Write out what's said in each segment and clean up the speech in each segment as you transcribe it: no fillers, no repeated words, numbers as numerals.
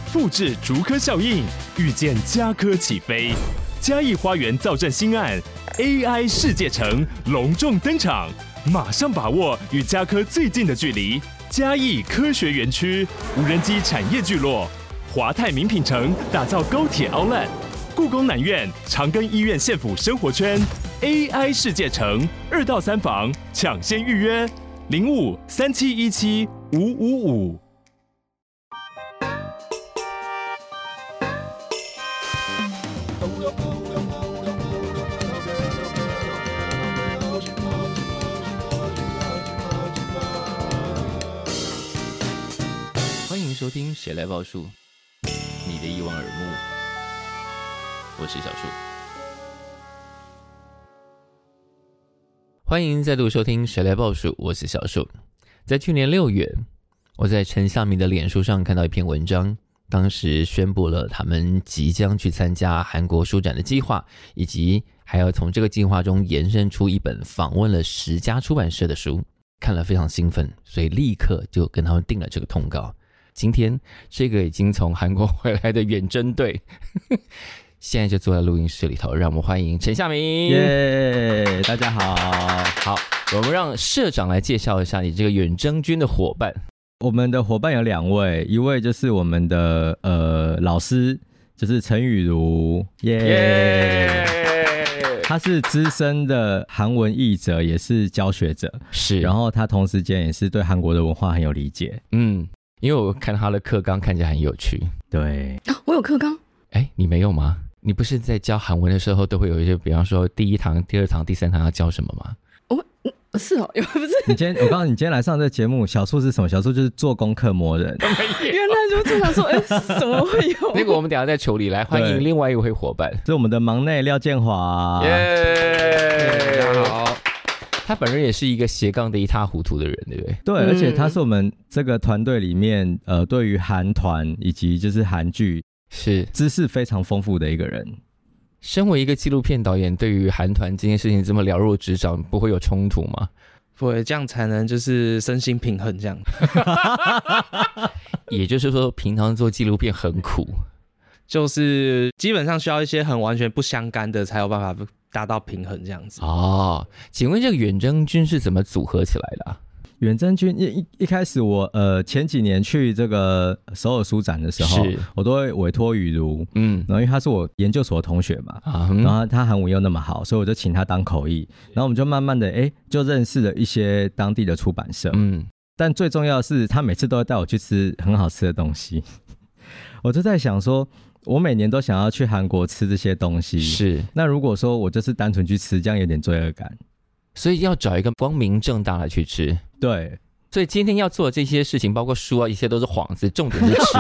复制竹科效应，预见家科起飞。嘉义花园造镇新案 AI 世界城隆重登场，马上把握与家科最近的距离。嘉义科学园区无人机产业聚落，华泰名品城打造高铁 Outlet， 故宫南院长庚医院县府生活圈 AI 世界城2到3房抢先预约0537175555。 欢迎收听《谁来报数》，你的一望而目，我是小树。欢迎再度收听《谁来报数》，我是小树。在去年6月，我在陈夏明的脸书上看到一篇文章，当时宣布了他们即将去参加韩国书展的计划，以及还要从这个计划中延伸出一本访问了10家出版社的书，看了非常兴奋，所以立刻就跟他们订了这个通告。今天这个已经从韩国回来的远征队现在就坐在录音室里头，让我们欢迎陈夏明。 耶，大家好。 好，我们让社长来介绍一下你这个远征军的伙伴。 我们的伙伴有2位，一位就是我们的老师，就是陈雨茹，耶。他是资深的韩文译者，也是教学者， 是。 然后他同时间也是对韩国的文化很有理解。 因为我看他的课纲看起来很有趣。对， 我有课纲。 你没有吗？你不是在教韩文的时候都会有一些，比方说第1堂、第2堂、第3堂要教什么吗？ 是哦，不是。 我告诉你，今天来上这个节目，小树是什么？小树就是做功课魔人。 原来如此，想说，怎么会有？ 那个我们等一下再处理。来，欢迎另外一位伙伴， 是我们的忙内廖建华。 耶，大家好。他本人也是一个斜杠的一塌糊涂的人，对不对？ 对，而且他是我们这个团队里面，对于韩团以及就是韩剧是知识非常丰富的一个人。 身为一个纪录片导演，对于韩团这件事情这么了若指掌，不会有冲突吗？ 不会，这样才能就是身心平衡这样。 也就是说，平常做纪录片很苦， 就是基本上需要一些很完全不相干的，才有办法达到平衡这样子。 请问这个远征军是怎么组合起来的啊？ 远征军一开始我前几年去这个首尔书展的时候，我都会委托雨茹，然后因为他是我研究所的同学嘛，然后他韩文又那么好，所以我就请他当口译，然后我们就慢慢的就认识了一些当地的出版社，但最重要的是他每次都会带我去吃很好吃的东西，我就在想说，我每年都想要去韩国吃这些东西，是，那如果说我就是单纯去吃，这样有点罪恶感。 所以要找一个光明正大的去吃。 对， 所以今天要做的这些事情，包括书啊，一切都是幌子，重点是吃。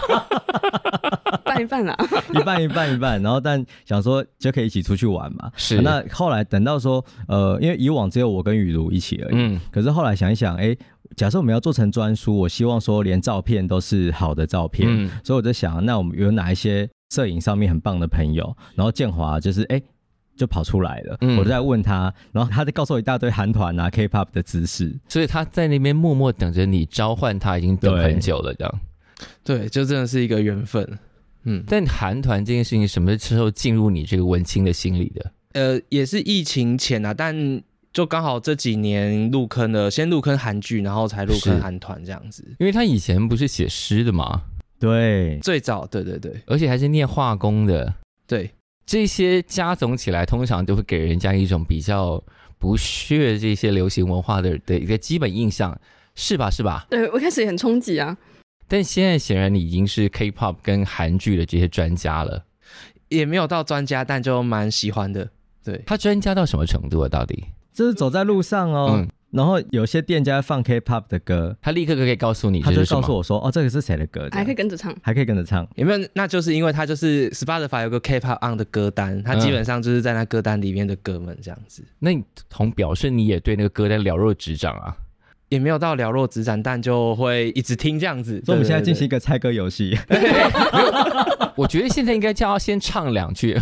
半一半啦， 一半，然后但想说就可以一起出去玩嘛。是。那后来等到说，因为以往只有我跟雨茹一起而已，可是后来想一想，假设我们要做成专书，我希望说连照片都是好的照片，所以我在想，那我们有哪一些摄影上面很棒的朋友，然后建华就是就跑出来了，我就在问他，然后他在告诉我一大堆韩团啊 K-pop 的知识， 所以他在那边默默等着你召唤他，已经等很久了这样。 对，就真的是一个缘分。 但韩团这件事情什么时候进入你这个文青的心里的？ 也是疫情前啊，但就刚好这几年入坑了，先入坑韩剧，然后才入坑韩团这样子。 因为他以前不是写诗的吗？ 对， 最早，对， 而且还是念化工的。 对。 这些加总起来，通常都会给人家一种比较不屑这些流行文化的一个基本印象，是吧？ 对，我一开始也很冲击啊。 但现在显然你已经是 K-pop 跟韩剧的这些专家了， 也没有到专家，但就蛮喜欢的。对， 他专家到什么程度啊？到底？ 就是走在路上哦。然后有些店家放 K-pop 的歌， 他立刻可以告诉你， 他就告诉我说，这个是谁的歌， 还可以跟着唱， 有没有？那就是因为他就是 Spotify 有个 K-pop on 的歌单，他基本上就是在那歌单里面的歌们这样子。 那你从表示你也对那个歌单了若指掌啊？ 也没有到了若指掌，但就会一直听这样子。 所以我们现在进行一个猜歌游戏。 我觉得现在应该叫他先唱2句。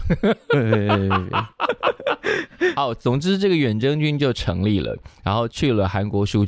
好，总之这个远征军就成立了，然后去了韩国书展。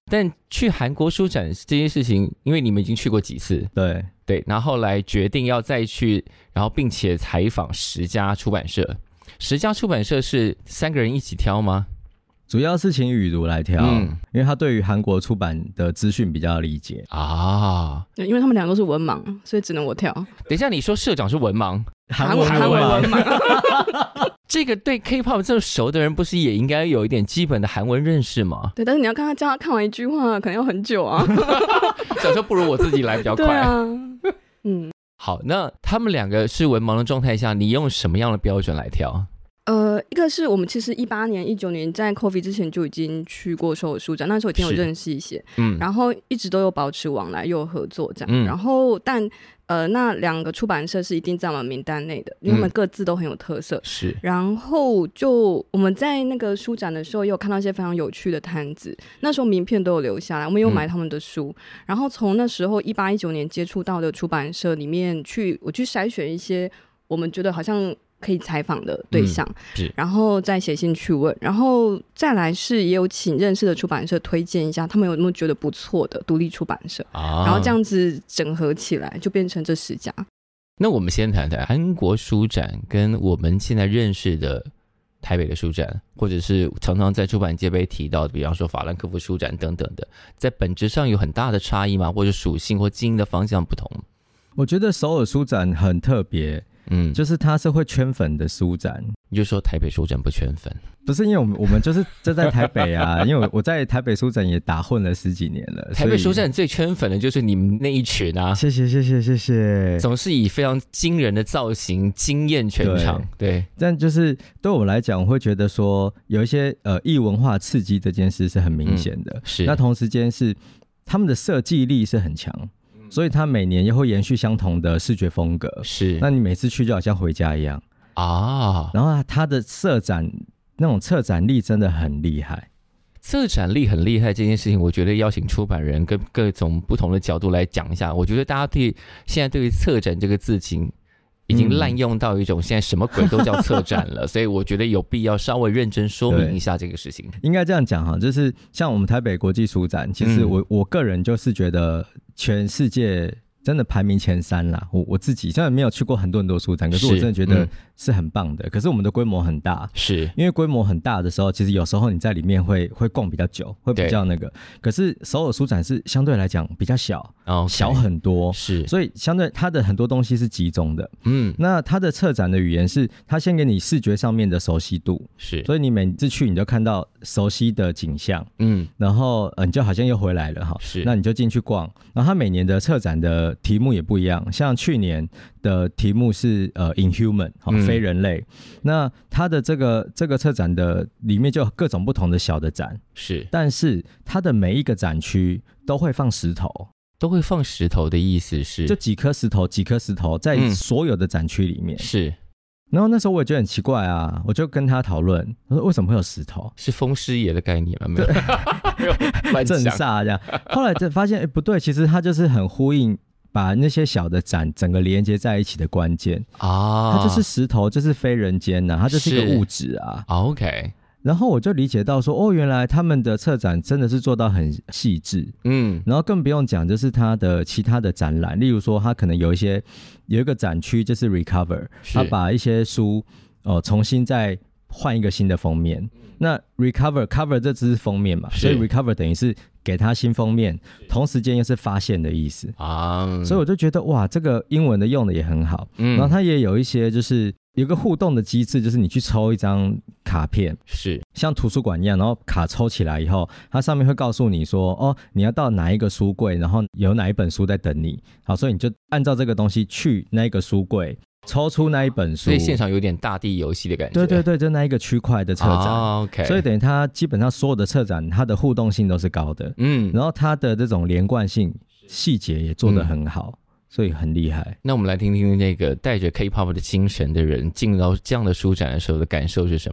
但去韩国书展这件事情，因为你们已经去过几次，对，然后后来决定要再去，然后并且采访10家出版社。10家出版社是3个人一起挑吗？ 主要是请雨茹来挑，因为他对于韩国出版的资讯比较理解啊。 对，因为他们两个都是文盲，所以只能我挑。 等一下，你说社长是文盲， 韩文文盲。 这个对 K-pop 这么熟的人，不是也应该有一点基本的韩文认识吗？ 对，但是你要叫他看完一句话，可能要很久啊。 想说不如我自己来比较快。 对啊， 好，那他们两个是文盲的状态下，你用什么样的标准来挑？ 一个是我们其实18年、19年在 COVID 之前就已经去过首尔书展，那时候已经有认识一些，然后一直都有保持往来，又有合作这样。然后但那2个出版社是一定在我们名单内的，因为他们各自都很有特色。 是， 然后就我们在那个书展的时候，也有看到一些非常有趣的摊子，那时候名片都有留下来，我们有买他们的书。然后从那时候18、19年接触到的出版社里面我去筛选一些我们觉得好像可以采访的对象，然后再写信去问，然后再来是也有请认识的出版社推荐一下他们有没有觉得不错的独立出版社，然后这样子整合起来就变成这10家。 那我们先谈谈韩国书展跟我们现在认识的台北的书展，或者是常常在出版界被提到的，比方说法兰克福书展等等的，在本质上有很大的差异吗？或者属性或经营的方向不同？ 我觉得首尔书展很特别，就是它是会圈粉的书展。 你就说台北书展不圈粉？ 不是，因为我们就是在台北啊，因为我在台北书展也打混了10几年了。 台北书展最圈粉的就是你们那一群啊！ 谢谢， 总是以非常惊人的造型惊艳全场。对， 但就是对我来讲，我会觉得说有一些异文化刺激这件事是很明显的。 是， 那同时间是他们的设计力是很强。所以他每年也会延续相同的视觉风格， 是。 那你每次去就好像回家一样啊。 然后他的策展力真的很厉害， 策展力很厉害这件事情，我觉得邀请出版人跟各种不同的角度来讲一下。我觉得大家现在对于策展这个字情已经滥用到一种现在什么鬼都叫策展了，所以我觉得有必要稍微认真说明一下这个事情。 应该这样讲哈，就是像我们台北国际书展，其实我个人就是觉得全世界真的排名前3啦。我自己虽然没有去过很多书展，可是我真的觉得是很棒的。可是我们的规模很大， 是因为规模很大的时候，其实有时候你在里面会逛比较久，会比较那个。可是首尔书展是相对来讲比较小，小很多， 是， 所以相对它的很多东西是集中的。那它的策展的语言是它先给你视觉上面的熟悉度， 是， 所以你每次去你就看到熟悉的景象，然后你就好像又回来了哈， 是， 那你就进去逛。然后它每年的策展的题目也不一样，像去年的题目是Inhuman，非人类。那它的这个策展的里面就有各种不同的小的展， 是， 但是它的每一个展区都会放石头。 都会放石头的意思是， 就几颗石头在所有的展区里面， 是。 然后那时候我也觉得很奇怪啊，我就跟他讨论，我说为什么会有石头？ 是风师爷的概念吗？没有，没有镇煞这样。后来就发现，不对，其实它就是很呼应把那些小的展整个连接在一起的关键啊。它就是石头，就是非人间啊，它就是一个物质啊。 OK。 然后我就理解到说，原来他们的策展真的是做到很细致，然后更不用讲，就是他的其他的展览，例如说他可能有一个展区就是 recover， 他把一些书重新再换一个新的封面。那 cover 这只是封面嘛，所以 recover 等于是给他新封面，同时间又是发现的意思啊。所以我就觉得哇，这个英文的用的也很好，然后他也有一些就是有个互动的机制，就是你去抽一张卡片， 是像图书馆一样，然后卡抽起来以后，它上面会告诉你说，你要到哪一个书柜，然后有哪一本书在等你。好，所以你就按照这个东西去那个书柜，抽出那一本书。 所以现场有点大地游戏的感觉。 对，就那一个区块的策展。 OK。 所以等于它基本上所有的策展，它的互动性都是高的。然后它的这种连贯性、细节也做得很好。所以很厉害。 那我们来听听那个带着 K-pop 的精神的人进到这样的书展的时候的感受是什么？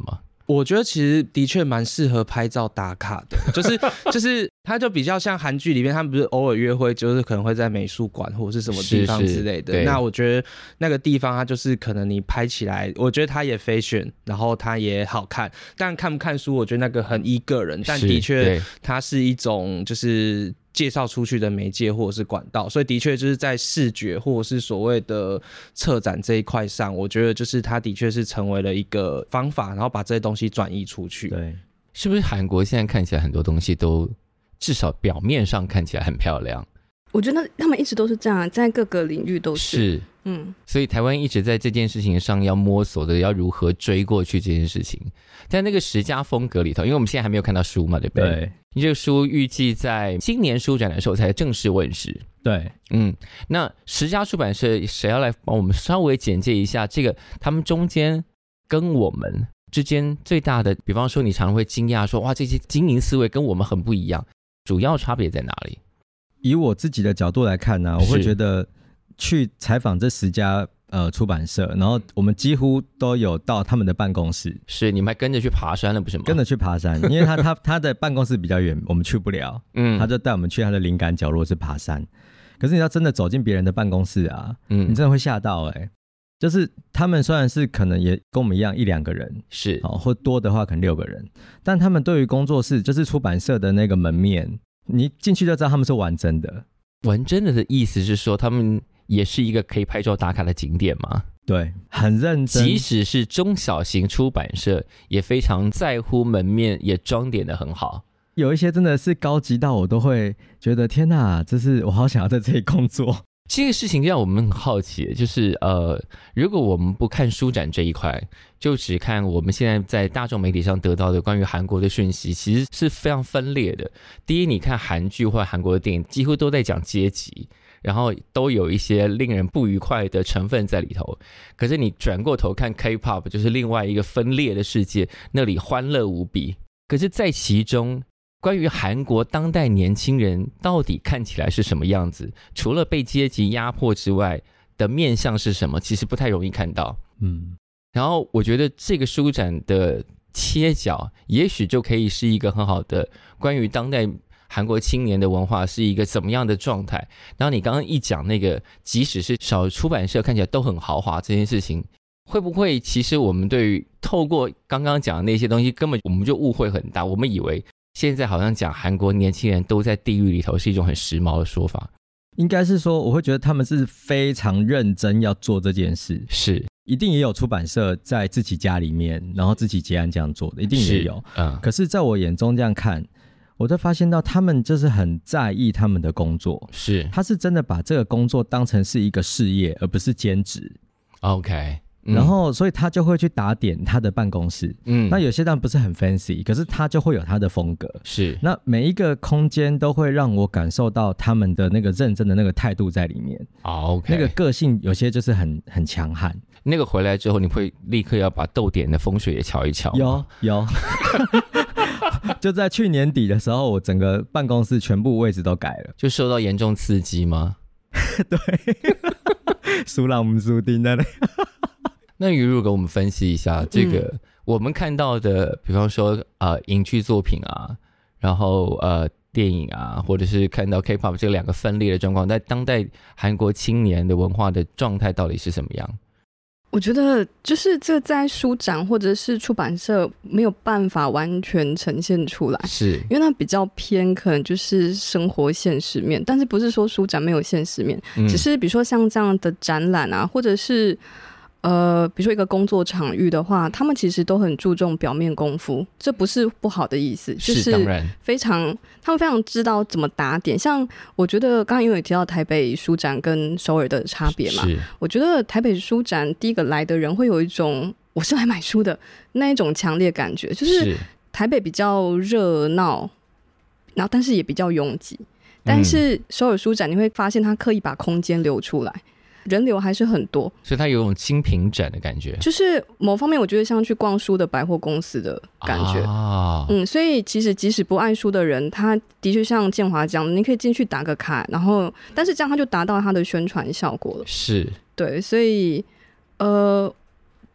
我觉得其实的确蛮适合拍照打卡的，就是它就比较像韩剧里面，他们不是偶尔约会，就是可能会在美术馆或者是什么地方之类的。那我觉得那个地方它就是可能你拍起来，我觉得它也 fashion， 然后它也好看。但看不看书，我觉得那个很依个人，但的确它是一种就是介绍出去的媒介或者是管道，所以的确就是在视觉或者是所谓的策展这一块上，我觉得就是它的确是成为了一个方法，然后把这些东西转移出去。 对， 是不是韩国现在看起来很多东西都至少表面上看起来很漂亮？ 我觉得他们一直都是这样，在各个领域都是。所以台湾一直在这件事情上要摸索的，要如何追过去这件事情。在那个10家风格里头，因为我们现在还没有看到书嘛，对不对？对。这个书预计在今年书展的时候才正式问世。 对， 那10家出版社谁要来帮我们稍微简介一下这个他们中间跟我们之间最大的，比方说你常常会惊讶说，哇，这些经营思维跟我们很不一样，主要差别在哪里？ 以我自己的角度来看呢，我会觉得去采访这10家出版社，然后我们几乎都有到他们的办公室。 是，你们还跟着去爬山了不是吗？ 跟着去爬山，因为他的办公室比较远，我们去不了。他就带我们去他的灵感角落是爬山。可是你要真的走进别人的办公室啊，你真的会吓到就是他们虽然是可能也跟我们一样1-2个人， 是或多的话可能6个人，但他们对于工作室就是出版社的那个门面，你进去就知道他们是玩真的。 玩真的的意思是说他们也是一个可以拍照打卡的景点吗？ 对，很认真。 即使是中小型出版社也非常在乎门面，也装点得很好。 有一些真的是高级到我都会觉得天哪，这是我好想要在这里工作。 这个事情让我们很好奇，就是如果我们不看书展这一块，就只看我们现在在大众媒体上得到的关于韩国的讯息，其实是非常分裂的。第一，你看韩剧或韩国的电影几乎都在讲阶级，然后都有一些令人不愉快的成分在里头。可是你转过头看 K-pop， 就是另外一个分裂的世界，那里欢乐无比。可是在其中关于韩国当代年轻人到底看起来是什么样子，除了被阶级压迫之外的面向是什么，其实不太容易看到。然后我觉得这个书展的切角也许就可以是一个很好的关于当代韩国青年的文化是一个怎么样的状态。然后你刚刚一讲那个即使是小出版社看起来都很豪华这件事情，会不会其实我们对于透过刚刚讲的那些东西根本我们就误会很大，我们以为现在好像讲韩国年轻人都在地狱里头是一种很时髦的说法。 应该是说我会觉得他们是非常认真要做这件事， 是一定也有出版社在自己家里面然后自己结案这样做的，一定也有。可是在我眼中这样看，我就发现到他们就是很在意他们的工作， 是他是真的把这个工作当成是一个事业而不是兼职。 OK， 然后所以他就会去打点他的办公室。那有些当然不是很 fancy， 可是他就会有他的风格。 是， 那每一个空间都会让我感受到他们的那个认真的那个态度在里面。 OK， 那个个性有些就是很强悍。 那个回来之后你会立刻要把逗点的风水也瞧一瞧？ 有就在去年底的时候，我整个办公室全部位置都改了。 就受到严重刺激吗？ 对，输了我们输定了。 那于如给我们分析一下这个我们看到的，比方说影剧作品啊，然后电影啊，或者是看到 K-pop 这2个分裂的状况，在当代韩国青年的文化的状态到底是什么样？ 我觉得就是这在书展或者是出版社没有办法完全呈现出来， 是因为它比较偏可能就是生活现实面，但是不是说书展没有现实面，只是比如说像这样的展览啊，或者是比如说一个工作场域的话，他们其实都很注重表面功夫，这不是不好的意思，就是他们非常知道怎么打点。像我觉得刚刚因为有提到台北书展跟首尔的差别嘛，我觉得台北书展第一个来的人会有一种我是来买书的那一种强烈感觉，就是台北比较热闹，然后但是也比较拥挤，但是首尔书展你会发现他刻意把空间留出来，人流还是很多， 所以它有种精品展的感觉， 就是某方面我觉得像去逛书的百货公司的感觉。所以其实即使不爱书的人，他的确像建华讲，你可以进去打个卡，然后但是这样他就达到他的宣传效果了。 是， 对，所以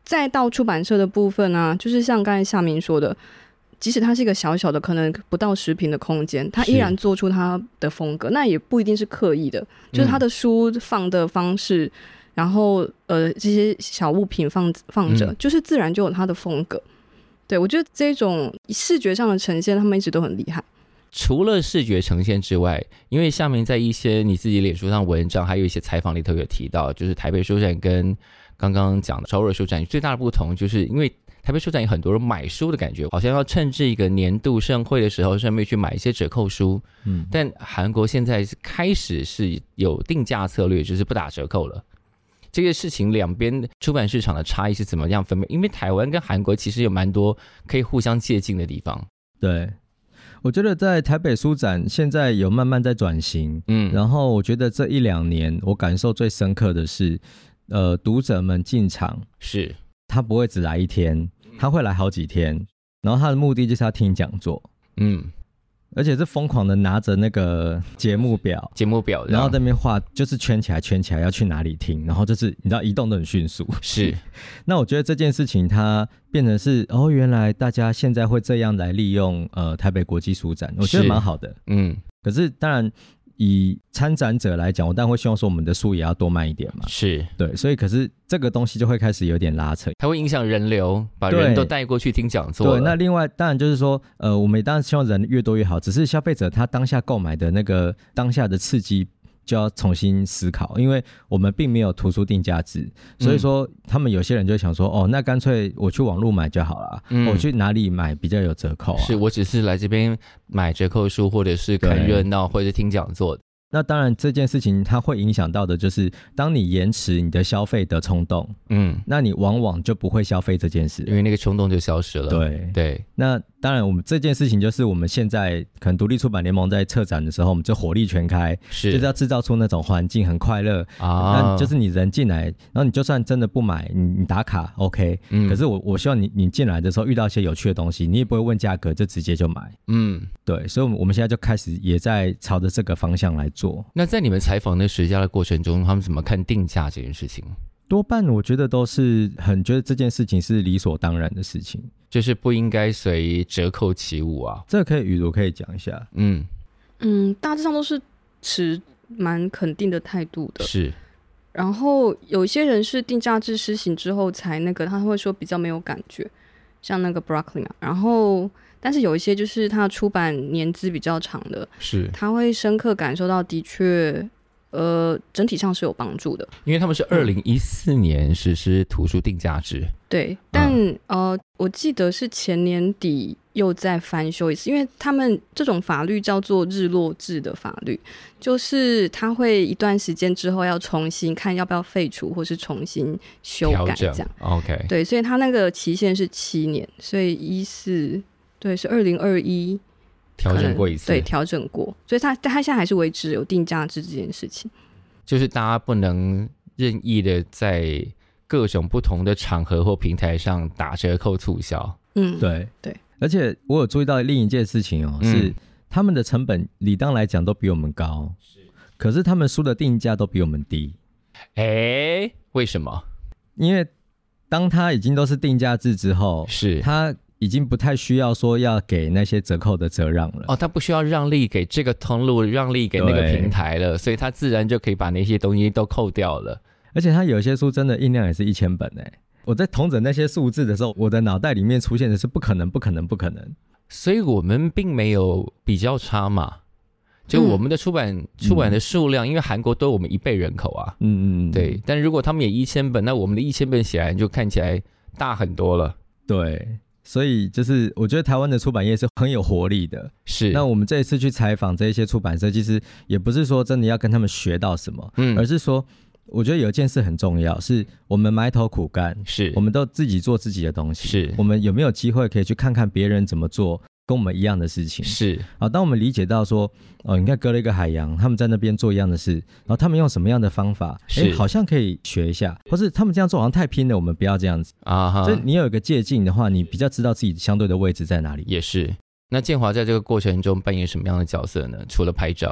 再到出版社的部分啊，就是像刚才夏民说的，即使它是一个小小的可能不到10坪的空间，它依然做出它的风格，那也不一定是刻意的，就是它的书放的方式，然后这些小物品放着，就是自然就有它的风格。对，我觉得这种视觉上的呈现他们一直都很厉害。 除了视觉呈现之外，因为夏民在一些你自己脸书上文章还有一些采访里头有提到，就是台北书展跟刚刚讲的首尔书展最大的不同，就是因为台北书展有很多人买书的感觉，好像要趁这个年度盛会的时候顺便去买一些折扣书，但韩国现在开始是有定价策略，就是不打折扣了。这个事情两边出版市场的差异是怎么样分辨？因为台湾跟韩国其实有蛮多可以互相借鉴的地方。 对，我觉得在台北书展现在有慢慢在转型，然后我觉得这1-2年我感受最深刻的是读者们进场是他不会只来1天，他会来好几天，然后他的目的就是要听讲座，而且是疯狂的拿着那个节目表，然后在那边画，就是圈起来要去哪里听，然后就是你知道移动都很迅速。 是， 那我觉得这件事情它变成是原来大家现在会这样来利用台北国际书展，我觉得蛮好的。可是当然以参展者来讲，我当然会希望说我们的书也要多卖一点嘛。 是， 对，所以可是这个东西就会开始有点拉扯， 它会影响人流，把人都带过去听讲座了。 对，那另外当然就是说我们当然希望人越多越好，只是消费者他当下购买的那个当下的刺激就要重新思考，因为我们并没有图书定价制，所以说他们有些人就想说那干脆我去网络买就好了，我去哪里买比较有折扣是我只是来这边买折扣书，或者是看热闹，或者是听讲座的。 那当然这件事情它会影响到的就是当你延迟你的消费的冲动，那你往往就不会消费这件事， 因为那个冲动就消失了。对， 那当然我们这件事情就是我们现在可能独立出版联盟在策展的时候，我们就火力全开，就是要制造出那种环境很快乐那就是你人进来，然后你就算真的不买，你打卡 OK，可是我希望你进来的时候遇到一些有趣的东西，你也不会问价格，就直接就买。对，所以我们现在就开始也在朝着这个方向来做。 那在你们采访那10家的过程中，他们怎么看定价这件事情？ 多半我觉得都是很觉得这件事情是理所当然的事情， 就是不应该随折扣起舞啊。 这个可以雨茹可以讲一下。 大致上都是持蛮肯定的态度的。 是， 然后有一些人是定价制施行之后才他会说比较没有感觉，像那个 Broccoli 嘛，然后但是有一些就是他出版年资比较长的， 是他会深刻感受到的确整体上是有帮助的， 因为他们是2014年实施图书定价制。 对，但我记得是前年底又再翻修一次，因为他们这种法律叫做日落制的法律，就是他会一段时间之后要重新看要不要废除或是重新修改这样。 OK， 对，所以他那个期限是7年，所以对是2021 调整过一次， 对，调整过，所以他现在还是维持有定价制这件事情， 就是大家不能任意的在各种不同的场合或平台上打折扣促销。 对，而且我有注意到另一件事情是他们的成本理当来讲都比我们高，可是他们书的定价都比我们低。 为什么？ 因为当他已经都是定价制之后， 是他已经不太需要说要给那些折扣的折让了。 他不需要让利给这个通路，让利给那个平台了，所以他自然就可以把那些东西都扣掉了。 而且他有些书真的印量也是1000本我在统整那些数字的时候，我的脑袋里面出现的是不可能。 所以我们并没有比较差嘛，就我们的出版的数量，因为韩国都有我们1倍人口啊。对，但如果他们也1000本，那我们的1000本显然就看起来大很多了。 对，所以就是我觉得台湾的出版业是很有活力的。 是， 那我们这一次去采访这些出版社，其实也不是说真的要跟他们学到什么，而是说我觉得有一件事很重要，是我们埋头苦干， 是我们都自己做自己的东西， 是我们有没有机会可以去看看别人怎么做跟我们一样的事情。 是当我们理解到说你看隔了一个海洋，他们在那边做一样的事，然后他们用什么样的方法，好像可以学一下，或是他们这样做好像太拼了，我们不要这样子所以你有一个借鉴的话，你比较知道自己相对的位置在哪里。 也是。那建华在这个过程中扮演什么样的角色呢？除了拍照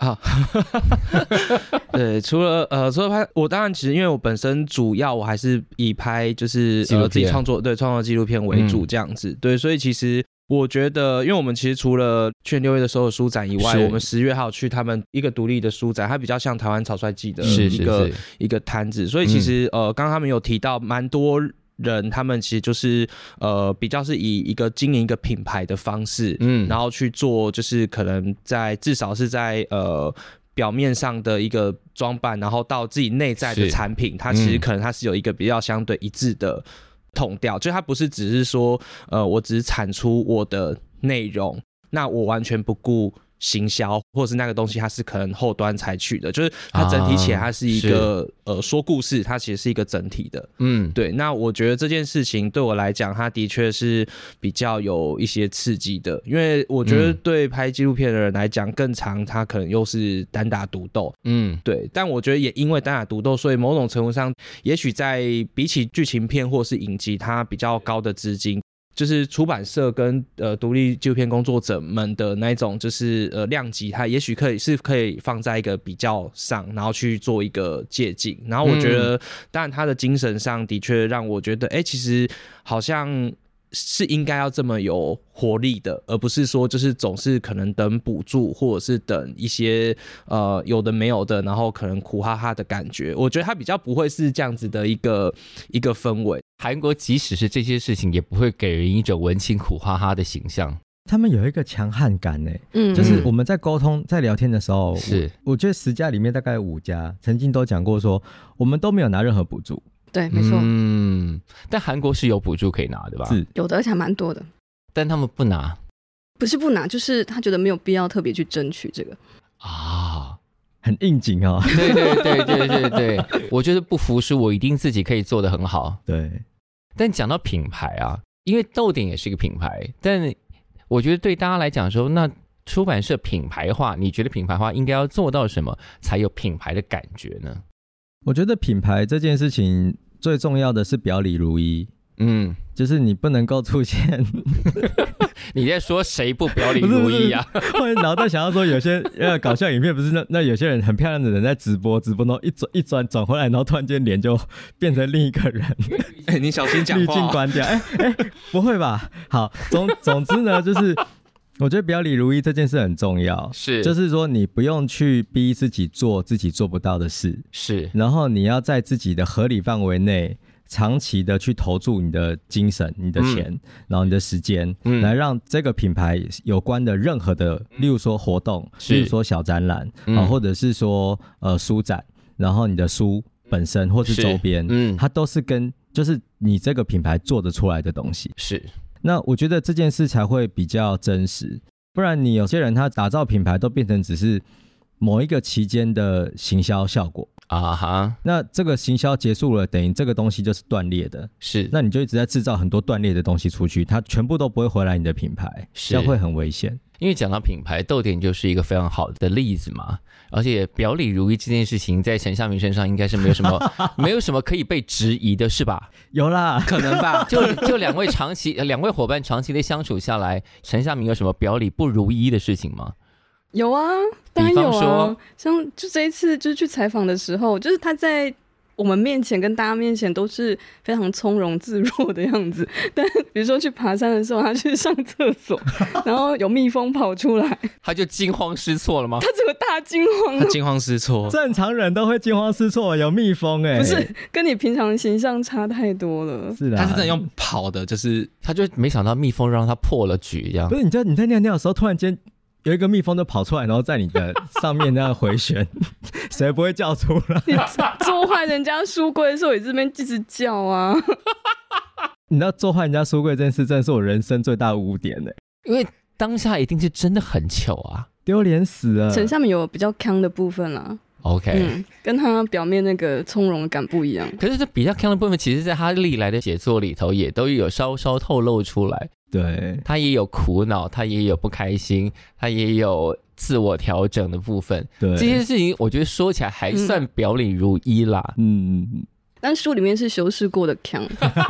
啊，对，除了拍，我当然其实因为我本身主要我还是以拍就是自己创作纪录片为主这样子，对，所以其实我觉得，因为我们其实除了去年6月的首尔书展以外，我们10月还有去他们一个独立的书展，它比较像台湾草率季的一个摊子，所以其实刚刚他们有提到蛮多人，他们其实就是比较是以一个经营一个品牌的方式，然后去做，就是可能至少是在表面上的一个装扮，然后到自己内在的产品，它其实可能它是有一个比较相对一致的统调，就它不是只是说我只是产出我的内容，那我完全不顾行销，或者是那个东西它是可能后端采取的，就是它整体起来它是一个说故事，它其实是一个整体的，对。那我觉得这件事情对我来讲，它的确是比较有一些刺激的，因为我觉得对拍纪录片的人来讲，更常它可能又是单打独斗，对。但我觉得也因为单打独斗，所以某种程度上，也许在比起剧情片或是影集，它比较高的资金。就是出版社跟独立纪录片工作者们的那一种就是量级，它也许可以放在一个比较上，然后去做一个借鉴。然后我觉得，当然他的精神上的确让我觉得，其实好像是应该要这么有活力的，而不是说就是总是可能等补助或者是等一些有的没有的，然后可能苦哈哈的感觉。我觉得它比较不会是这样子的一个氛围。 韩国即使是这些事情，也不会给人一种文青苦哈哈的形象。 他们有一个强悍感就是我们在沟通在聊天的时候，我觉得10家里面大概5家曾经都讲过说，我们都没有拿任何补助。 对，没错。 但韩国是有补助可以拿的吧？ 是有的，而且还蛮多的。 但他们不拿， 不是不拿，就是他觉得没有必要特别去争取这个啊， 很应景哦。 对，我觉得不服输，我一定自己可以做得很好。 对， 但讲到品牌啊，因为豆点也是一个品牌，但我觉得对大家来讲说，那出版社品牌化，你觉得品牌化应该要做到什么才有品牌的感觉呢？ 我觉得品牌这件事情最重要的是表里如一，就是你不能够出现你在说谁不表里如一啊？ 后来脑袋想要说，有些搞笑影片不是那有些人很漂亮的人在直播，然后一转回来，然后突然间脸就变成另一个人。 你小心讲话， 滤镜关掉。不会吧？好，总之呢，就是我觉得表里如一这件事很重要，就是说你不用去逼自己做自己做不到的事，然后你要在自己的合理范围内长期的去投注你的精神、你的钱，然后你的时间，来让这个品牌有关的任何的，例如说活动，例如说小展览，或者是说书展，然后你的书本身或是周边，它都是就是你这个品牌做得出来的东西。那我觉得这件事才会比较真实，不然你有些人他打造品牌都变成只是某一个期间的行销效果啊哈，那这个行销结束了，等于这个东西就是断裂的，那你就一直在制造很多断裂的东西出去，它全部都不会回来你的品牌，这样会很危险。 因为讲到品牌，豆点就是一个非常好的例子嘛，而且表里如一这件事情在陈夏民身上应该是没有什么可以被质疑的，是吧？ 有啦， 可能吧。 就两位伙伴长期的相处下来，陈夏民有什么表里不如一的事情吗？ 有啊，当然有啊。像就这一次就是去采访的时候，就是他在我们面前跟大家面前都是非常从容自若的样子，但比如说去爬山的时候，他去上厕所，然后有蜜蜂跑出来， 他就惊慌失措了吗？ 他整个大惊慌， 他惊慌失措， 正常人都会惊慌失措，有蜜蜂不是跟你平常的形象差太多了。 是的， 他是真的用跑的，就是他就没想到蜜蜂让他破了局一样。 不是你在尿尿的时候，突然间有一个蜜蜂就跑出来，然后在你的上面那样回旋，谁不会叫出来？ 你做坏人家书柜的时候，你这边一直叫啊！ 你知道做坏人家书柜这件事，真的是我人生最大的污点因为当下一定是真的很糗啊， 丢脸死了。 陈夏民有比较鏘的部分啦。 OK， 跟他表面那个从容感不一样。 可是这比较鏘的部分，其实在他历来的写作里头，也都有稍稍透露出来。 对， 他也有苦恼，他也有不开心，他也有自我调整的部分。对，这些事情我觉得说起来还算表里如一啦。 但书里面是修饰过的鏘，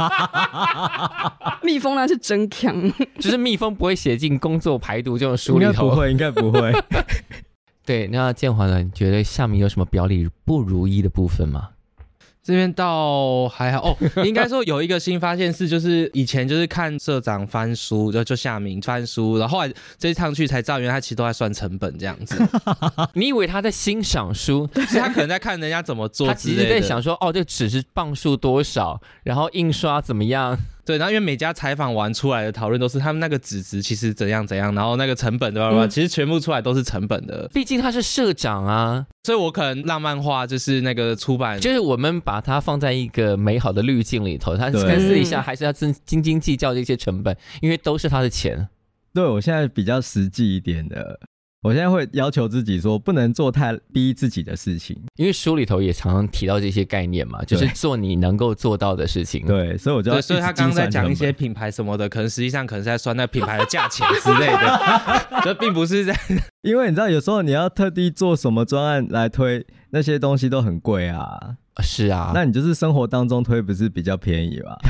蜜蜂那是真鏘， 就是蜜蜂不会写进工作排毒这种书里头， 应该不会。 对，那建华呢？你觉得夏民有什么表里不如意的部分吗？ 这边倒还好哦，应该说有一个新发现是，就是以前就是看社长翻书，就夏民翻书，然后后来这一趟去才知道，原来他其实都在算成本这样子。 你以为他在欣赏书， 是他可能在看人家怎么做之类的， 他其实在想说，哦，这纸是磅数多少，然后印刷怎么样。 对，然后因为每家采访完出来的讨论都是他们那个纸质其实怎样怎样，然后那个成本对吧？其实全部出来都是成本的。 毕竟他是社长啊， 所以我可能浪漫化就是那个出版， 就是我们把它放在一个美好的滤镜里头，他跟私底下还是要斤斤计较这些成本，因为都是他的钱。 对，我现在比较实际一点的。我现在会要求自己说，不能做太逼自己的事情， 因为书里头也常常提到这些概念嘛，就是做你能够做到的事情。 对，所以我就要所以他刚刚在讲一些品牌什么的，可能实际上可能是在算那品牌的价钱之类的，就并不是在。 因为你知道，有时候你要特地做什么专案来推，那些东西都很贵啊。 是啊， 那你就是生活当中推，不是比较便宜吗？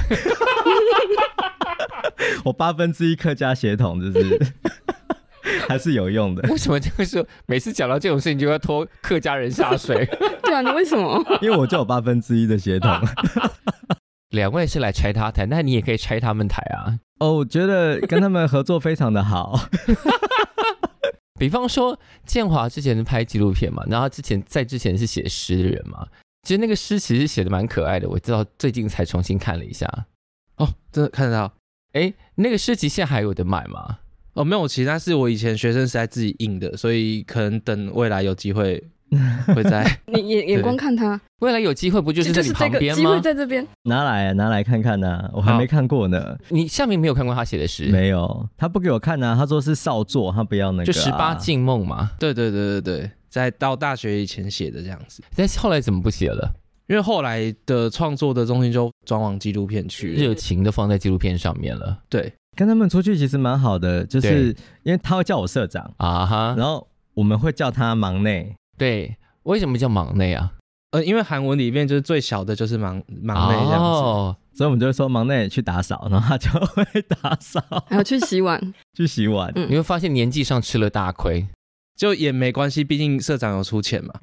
我1/8客家血统就是还是有用的。 为什么就是每次讲到这种事情就要拖客家人下水？ 对啊，你为什么？ 因为我就有1/8的血统。 两位是来拆他台，那你也可以拆他们台啊。 哦，我觉得跟他们合作非常的好。 比方说建华之前是拍纪录片嘛，然后在之前是写诗的人嘛，其实那个诗其实写的蛮可爱的，我知道最近才重新看了一下。 哦，真的看得到。 那个诗集现在还有得买吗？ 哦，没有，其实那是我以前学生时代自己印的，所以可能等未来有机会会在。 你眼光看他， 未来有机会不就是在你旁边吗？ 机会在这边， 拿来看看啊，我还没看过呢。 你下面没有看过他写的诗？ 没有，他不给我看啊，他说是少作，他不要那个、啊。 就18禁梦嘛。 对，在到大学以前写的这样子。 但是后来怎么不写了？ 因为后来的创作的中心就转往纪录片去了， 热情的放在纪录片上面了。 对。 跟他们出去其实蛮好的，就是因为他会叫我社长啊哈，然后我们会叫他忙内。 对，为什么叫忙内啊？ 因为韩文里面就是最小的就是忙内这样子， 所以我们就会说忙内去打扫，然后他就会打扫， 还有去洗碗， 你会发现年纪上吃了大亏， 就也没关系，毕竟社长有出钱嘛。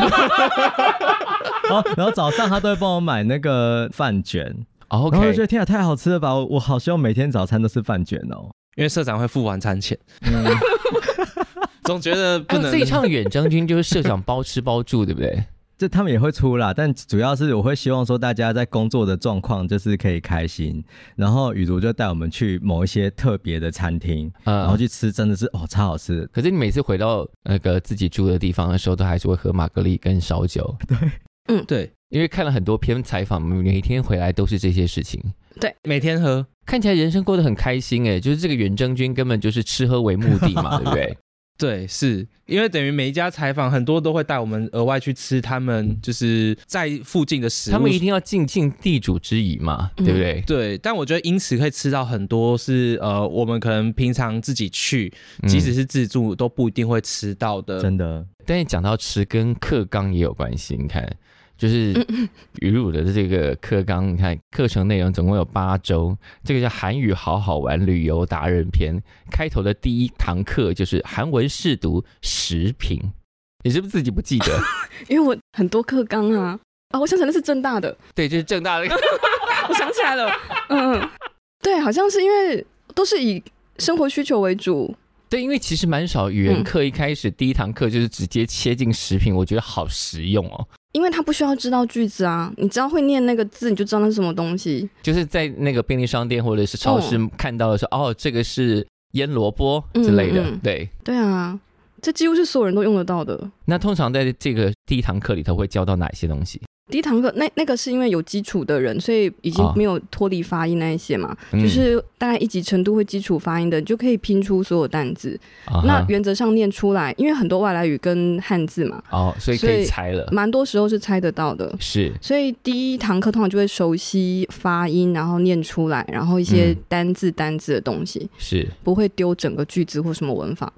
然后早上他都会帮我买那个饭卷。 Okay. 然后我觉得天啊，太好吃了吧！我好希望每天早餐都是饭卷哦， 因为社长会付晚餐钱。总觉得不能。 这一趟远征军就是社长包吃包住，对不对？ 这他们也会出啦，但主要是我会希望说大家在工作的状况就是可以开心，然后雨茹就带我们去某一些特别的餐厅，然后去吃，真的是超好吃的。 可是你每次回到那个自己住的地方的时候，都还是会喝玛格丽跟烧酒。 对， 对。 因为看了很多篇采访，每一天回来都是这些事情。 对， 每天喝， 看起来人生过得很开心就是这个远征军根本就是吃喝为目的嘛，对不对？ 对，是因为等于每一家采访很多都会带我们额外去吃他们就是在附近的食物， 他们一定要尽地主之谊嘛，对不对？ 对，但我觉得因此可以吃到很多是我们可能平常自己去，即使是自助都不一定会吃到的， 真的。 但是讲到吃跟课纲也有关系，你看。就是语录的这个课纲，你看课程内容总共有8周，这个叫韩语好好玩旅游达人篇，开头的第一堂课就是韩文试读10评，你是不是自己不记得？ 因为我很多课纲啊，我想起来那是政大的， 对，就是政大的， 我想起来了，对，好像是因为都是以生活需求为主。 对，因为其实蛮少语言课一开始第一堂课就是直接切进10评，我觉得好实用哦。 因为他不需要知道句子啊，你只要会念那个字，你就知道那是什么东西。 就是在那个便利商店或者是超市看到的时候，这个是腌萝卜之类的，对啊，这几乎是所有人都用得到的。 那通常在这个第一堂课里头会教到哪些东西？ 第一堂课那个是因为有基础的人，所以已经没有脱离发音那一些嘛，就是大概1级程度会基础发音的，就可以拼出所有单字。那原则上念出来，因为很多外来语跟汉字嘛， 所以可以猜了， 蛮多时候是猜得到的。 是， 所以第一堂课通常就会熟悉发音，然后念出来，然后一些单字的东西， 是不会丢整个句子或什么文法的。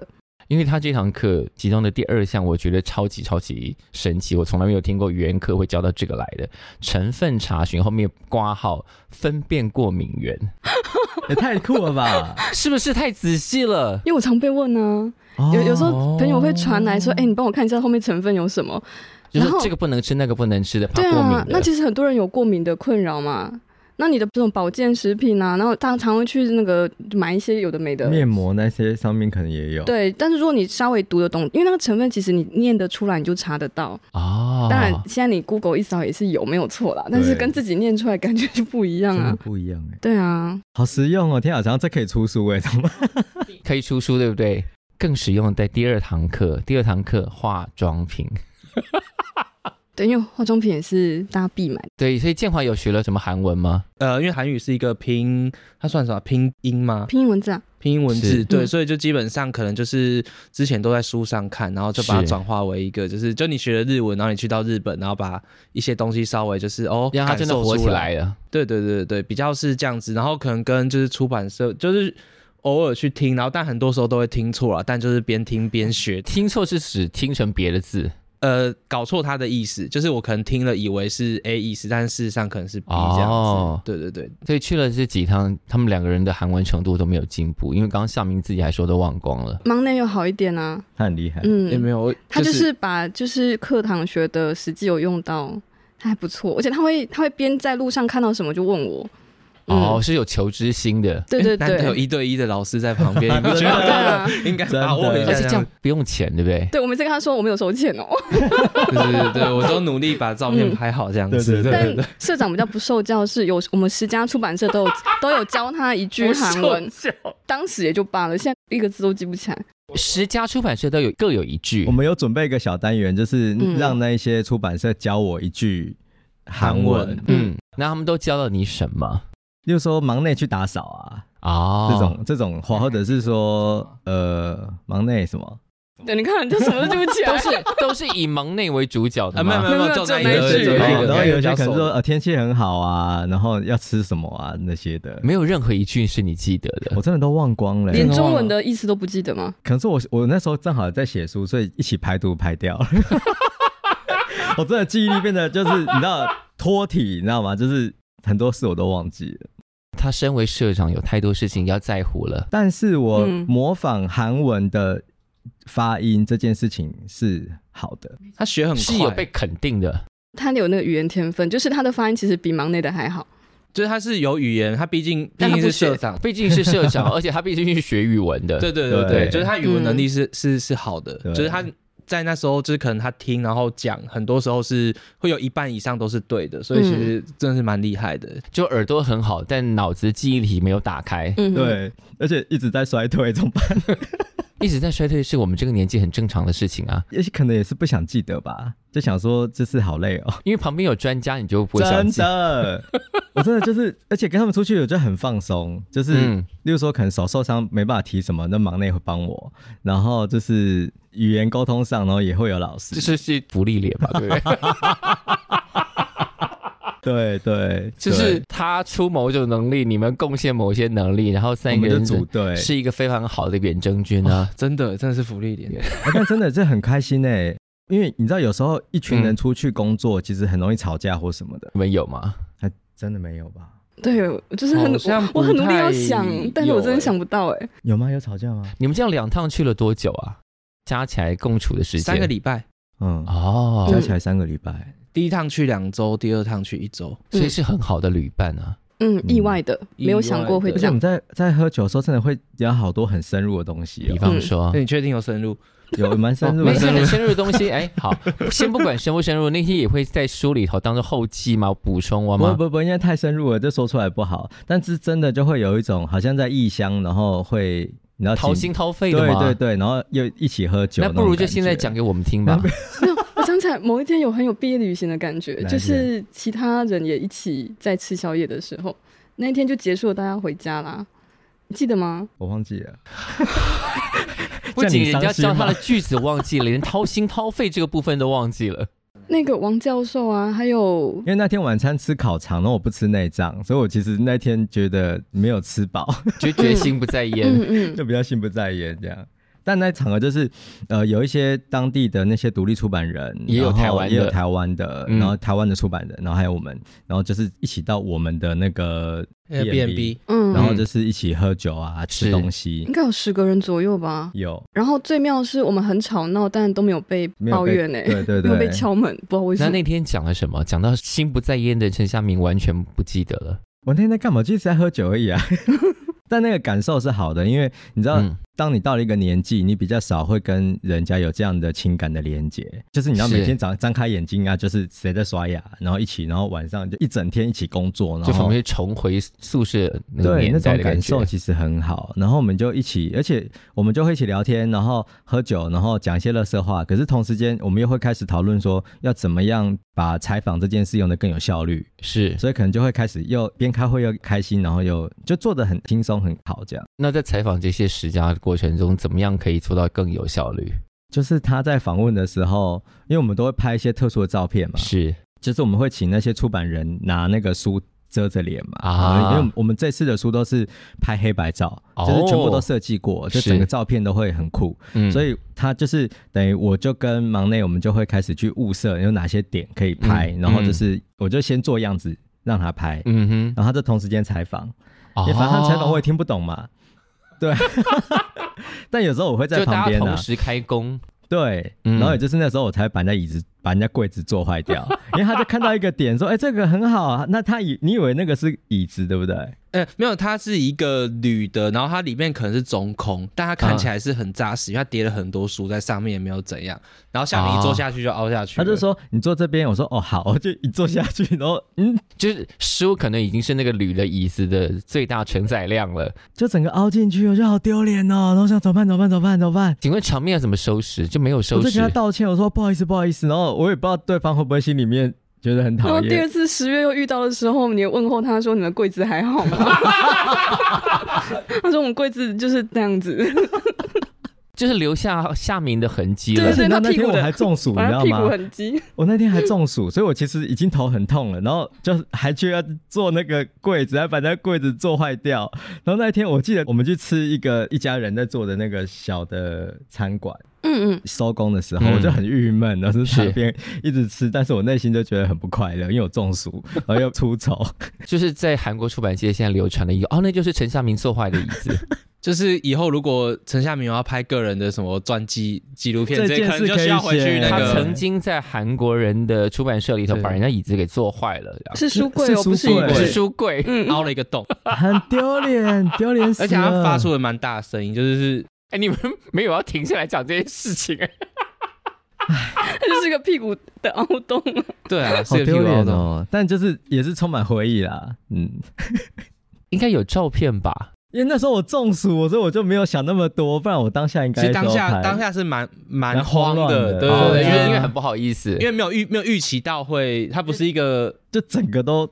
因为他这堂课其中的第2项我觉得超级神奇，我从来没有听过语言课会教到这个来的，成分查询后面括号分辨过敏源也太酷了吧是不是太仔细了？ 因为我常被问啊，有时候朋友会传来说你帮我看一下后面成分有什么， 就是这个不能吃那个不能吃的，怕过敏的。 那其实很多人有过敏的困扰嘛，那你的这种保健食品啊，然后大家常会去那个买一些有的没的面膜，那些上面可能也有。 对，但是如果你稍微读得懂，因为那个成分其实你念得出来，你就查得到。当然现在你 Google 一扫也是有，没有错啦，但是跟自己念出来感觉就不一样啊， 不一样对啊， 好实用哦！天啊，想到这可以出书怎么可以出书对不对？更实用在第2堂课化妆品。 对，因为化妆品也是大家必买。 对，所以建华有学了什么韩文吗？ 因为韩语是一个它算什么拼音吗？ 拼音文字啊。 拼音文字，对，所以就基本上可能就是之前都在书上看，然后就把它转化为一个，就你学了日文，然后你去到日本，然后把一些东西稍微就是让它真的活起来了。 对，比较是这样子，然后可能跟就是出版社就是偶尔去听，然后但很多时候都会听错了，但就是边听边学。 听错是指听成别的字。 搞错他的意思，就是我可能听了以为是 A 意思，但事实上可能是 B 这样子。对， 所以去了这几趟，他们2个人的韩文程度都没有进步，因为刚刚向明自己还说都忘光了。 忙内有好一点啊， 他很厉害， 也没有， 他就是把就是课堂学的实际有用到，他还不错，而且他会边在路上看到什么就问我。 是有求知心的。 对， 难得有1对1的老师在旁边，你不觉得应该把握一下？ 而且这样不用钱，对不对？ 对，我每次跟他说我没有收钱哦。 对，我都努力把照片拍好这样子。 对。社长比较不受教，是我们10家出版社都有教他一句韩文，当时也就罢了，现在1个字都记不起来。 10家出版社都各有一句。 我们有准备一个小单元，就是让那些出版社教我一句韩文。 那他们都教了你什么？ 例如说忙内去打扫这种话，或者是说忙内什么？ 对，你看，就什么都记不起来， 都是以忙内为主角的吗？ 没有，就那一句。 然后有些可能说天气很好啊，然后要吃什么啊那些的， 没有任何一句是你记得的。 我真的都忘光了， 连中文的意思都不记得吗？ 可能是我那时候正好在写书，所以一起排毒排掉了。我真的记忆力变得就是你知道脱体，你知道吗？就是很多事我都忘记了。 他身为社长有太多事情要在乎了， 但是我模仿韩文的发音这件事情是好的， 他学很快， 是有被肯定的。 他有那个语言天分，就是他的发音其实比忙内的还好。 就是他是有语言，他毕竟是社长， 毕竟是社长，而且他毕竟是学语文的。 对，就是他语文能力是好的，就是他在那时候就是可能他听然后讲，很多时候是会有1半以上都是对的，所以其实真的是蛮厉害的。 就耳朵很好，但脑子记忆体没有打开。 对，而且一直在衰退，怎么办？ 一直在衰退是我们这个年纪很正常的事情啊， 也可能也是不想记得吧，就想说这次好累哦。 因为旁边有专家，你就不会想记。 真的，我真的就是，而且跟他们出去我就很放松，就是例如说可能手受伤没办法提什么，那忙内会帮我，然后就是语言沟通上，然后也会有老师， 这是福利脸嘛，对不对？ 对， 就是他出某种能力，你们贡献某些能力，然后3个人组队是一个非常好的远征军啊！ 真的是福利点， 但真的这很开心欸，因为你知道有时候一群人出去工作，其实很容易吵架或什么的。 你们有吗？ 还真的没有吧？ 对，就是我很努力要想，但是我真的想不到欸。 有吗？有吵架吗？ 你们这样2趟去了多久啊？加起来共处的时间 3个礼拜。 加起来3个礼拜。 第1趟去2周，第2趟去1周， 所以是很好的旅伴啊。 意外的，没有想过会这样。 而且我们在喝酒的时候，真的会聊好多很深入的东西。 比方说， 那你确定有深入？ 有蛮深入的， 没事很深入的东西。好，先不管深不深入，那些也会在书里头当做后记吗？补充吗？ 不，应该太深入了，这说出来不好。但是真的就会有一种好像在异乡，然后会你要掏心掏肺的吗？ 对，然后又一起喝酒。 那不如就现在讲给我们听吧。 没有，我想起来某一天很有毕业旅行的感觉，就是其他人也一起在吃宵夜的时候，那一天就结束了，大家回家啦。你记得吗？ 我忘记了。 不仅人家教他的句子忘记了，连掏心掏肺这个部分都忘记了。 那个王教授啊，还有因为那天晚餐吃烤肠，然后我不吃内脏，所以我其实那天觉得没有吃饱， 就觉得心不在焉， 就比较心不在焉这样。 但那场合就是有一些当地的那些独立出版人， 也有台湾的，然后台湾的出版人，然后还有我们，然后就是一起到我们的那个 Airbnb， 然后就是一起喝酒啊，吃东西， 应该有10个人左右吧。 有。 然后最妙的是我们很吵闹，但都没有被抱怨对， 没有被敲门，不知道为什么。 那天讲了什么？讲到心不在焉的陈夏民完全不记得了。 我那天在干嘛？就是在喝酒而已啊。但那个感受是好的，因为你知道，当你到了一个年纪，你比较少会跟人家有这样的情感的连结。就是你知道每天早上张开眼睛啊，就是谁在刷牙，然后一起，然后晚上就一整天一起工作，然后就仿佛重回宿舍那个年代的感觉。 对，那种感受其实很好。然后我们就一起，而且我们就会一起聊天，然后喝酒，然后讲一些垃圾话。可是同时间，我们又会开始讨论说，要怎么样把采访这件事用得更有效率。 是， 所以可能就会开始又边开会又开心，然后又就做得很轻松很好这样。 那在采访这些10家的过程中，怎么样可以做到更有效率？ 就是他在访问的时候，因为我们都会拍一些特殊的照片嘛， 是， 就是我们会请那些出版人拿那个书遮着脸嘛，因为我们这次的书都是拍黑白照，就是全部都设计过，就整个照片都会很酷，所以他就是等于我就跟忙内，我们就会开始去物色有哪些点可以拍，然后就是我就先做样子让他拍，然后他就同时间采访，因为反正采访我也听不懂嘛。对，但有时候我会在旁边就大家同时开工， 对，然后也就是那时候我才把人家柜子做坏掉，因为他就看到一个点说，这个很好啊，那你以为那个是椅子对不对？ 没有，它是一个铝的，然后它里面可能是中空，但它看起来是很扎实，因为它叠了很多书在上面，也没有怎样。然后夏民一坐下去就凹下去， 他就说你坐这边，我说好，我就一坐下去，然后就是书可能已经是那个铝的椅子的最大承载量了， 就整个凹进去，我就好丢脸哦，然后想怎么办？ 请问场面要怎么收拾？就没有收拾， 我就跟他道歉，我说不好意思，然后我也不知道对方会不会心里面觉得很讨厌。 然后第二次10月又遇到的时候，你问候他说你们柜子还好吗？他说我们柜子就是这样子。 就是留下夏民的痕迹了。 对， 那天我还中暑，你知道吗？ 屁股痕迹。 我那天还中暑，所以我其实已经头很痛了，然后就还去要做那个柜子，还把那柜子做坏掉。然后那天我记得我们去吃一家人在做的那个小的餐馆。收工的时候我就很郁闷，然后在那边一直吃，但是我内心就觉得很不快乐，因为我中暑，然后又出丑。 就是在韩国出版界现在流传的一个那就是陈夏民做坏的椅子。 就是以后如果陈夏民要拍个人的什么传记纪录片，这可能就需要回去那个。 他曾经在韩国人的出版社里头把人家椅子给做坏了， 是书柜哦，不是椅柜， 是书柜， 凹了一个洞， 很丢脸死了。 而且他发出了蛮大的声音，就是你们没有要停下来讲这件事情它就是个屁股的凹洞。 对啊， 好丢脸哦，但就是也是充满回忆啦。 应该有照片吧？ 因为那时候我中暑，所以我就没有想那么多，不然我当下应该。 其实当下是蛮慌的，对， 因为很不好意思， 因为没有预期到会，它不是一个， 就整个都，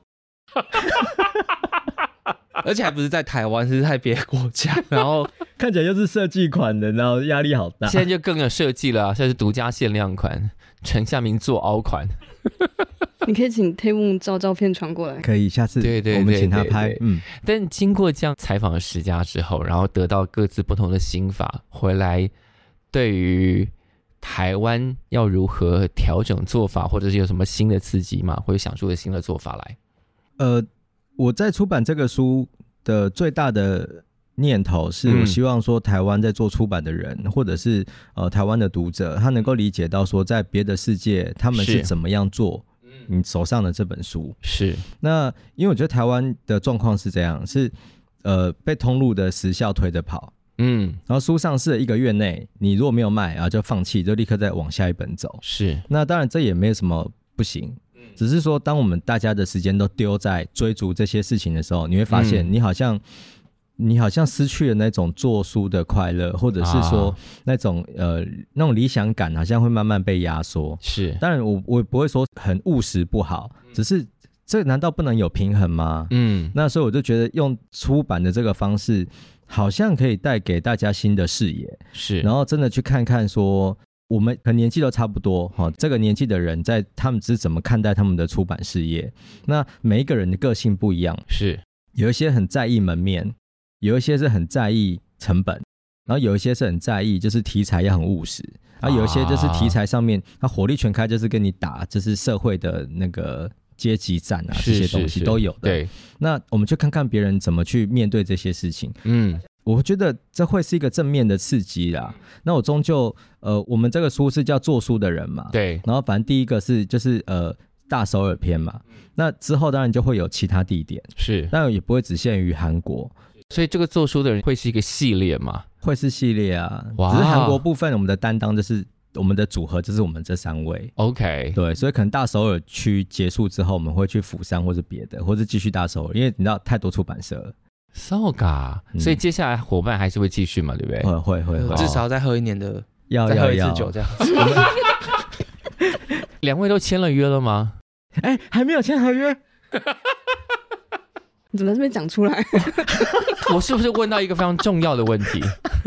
而且还不是在台湾，是在别的国家，然后看起来就是设计款的，然后压力好大。 现在就更有设计了，现在是独家限量款，陈夏民做凹款。 你可以请 Taewon 照片传过来， 可以，下次我们请他拍。 但经过这样采访了10家之后，然后得到各自不同的心法回来，对于台湾要如何调整做法，或者是有什么新的刺激吗？或者想出的新的做法来？ 我在出版这个书的最大的念头是，我希望说台湾在做出版的人，或者是台湾的读者，他能够理解到说，在别的世界他们是怎么样做你手上的这本书。 是， 那因为我觉得台湾的状况是这样，是被通路的时效推着跑。然后书上市了1个月内，你如果没有卖，然后就放弃，就立刻再往下一本走。 是， 那当然这也没有什么不行，只是说当我们大家的时间都丢在追逐这些事情的时候，你会发现你好像失去了那种做书的快乐，或者是说那种理想感好像会慢慢被压缩。 是， 当然我不会说很务实不好，只是这难道不能有平衡吗？那所以我就觉得用出版的这个方式好像可以带给大家新的视野， 是， 然后真的去看看说我们可能年纪都差不多，这个年纪的人在他们是怎么看待他们的出版事业。那每一个人的个性不一样， 是， 有一些很在意门面，有一些是很在意成本， 然后有一些是很在意，就是题材要很务实，然后有一些就是题材上面他火力全开，就是跟你打就是社会的那个阶级战啊，这些东西都有的。对，那我们就看看别人怎么去面对这些事情。我觉得这会是一个正面的刺激啦。那我终究我们这个书是叫做书的人嘛，对。然后反正第一个是就是大首尔篇嘛，那之后当然就会有其他地点，是，但也不会只限于韩国。 所以这个做书的人会是一个系列吗？ 会是系列啊，只是韩国部分我们的担当就是我们的组合就是我们这3位 ，OK， 对，所以可能大首尔区结束之后，我们会去釜山或是别的，或是继续大首尔，因为你知道太多出版社了。 So ga，所以接下来伙伴还是会继续嘛，对不对？ 会， 至少再喝1年的， 再喝1次酒这样。 2位都签了约了吗？ 还没有签合约。 你怎么在这边讲出来？ 我是不是问到一个非常重要的问题？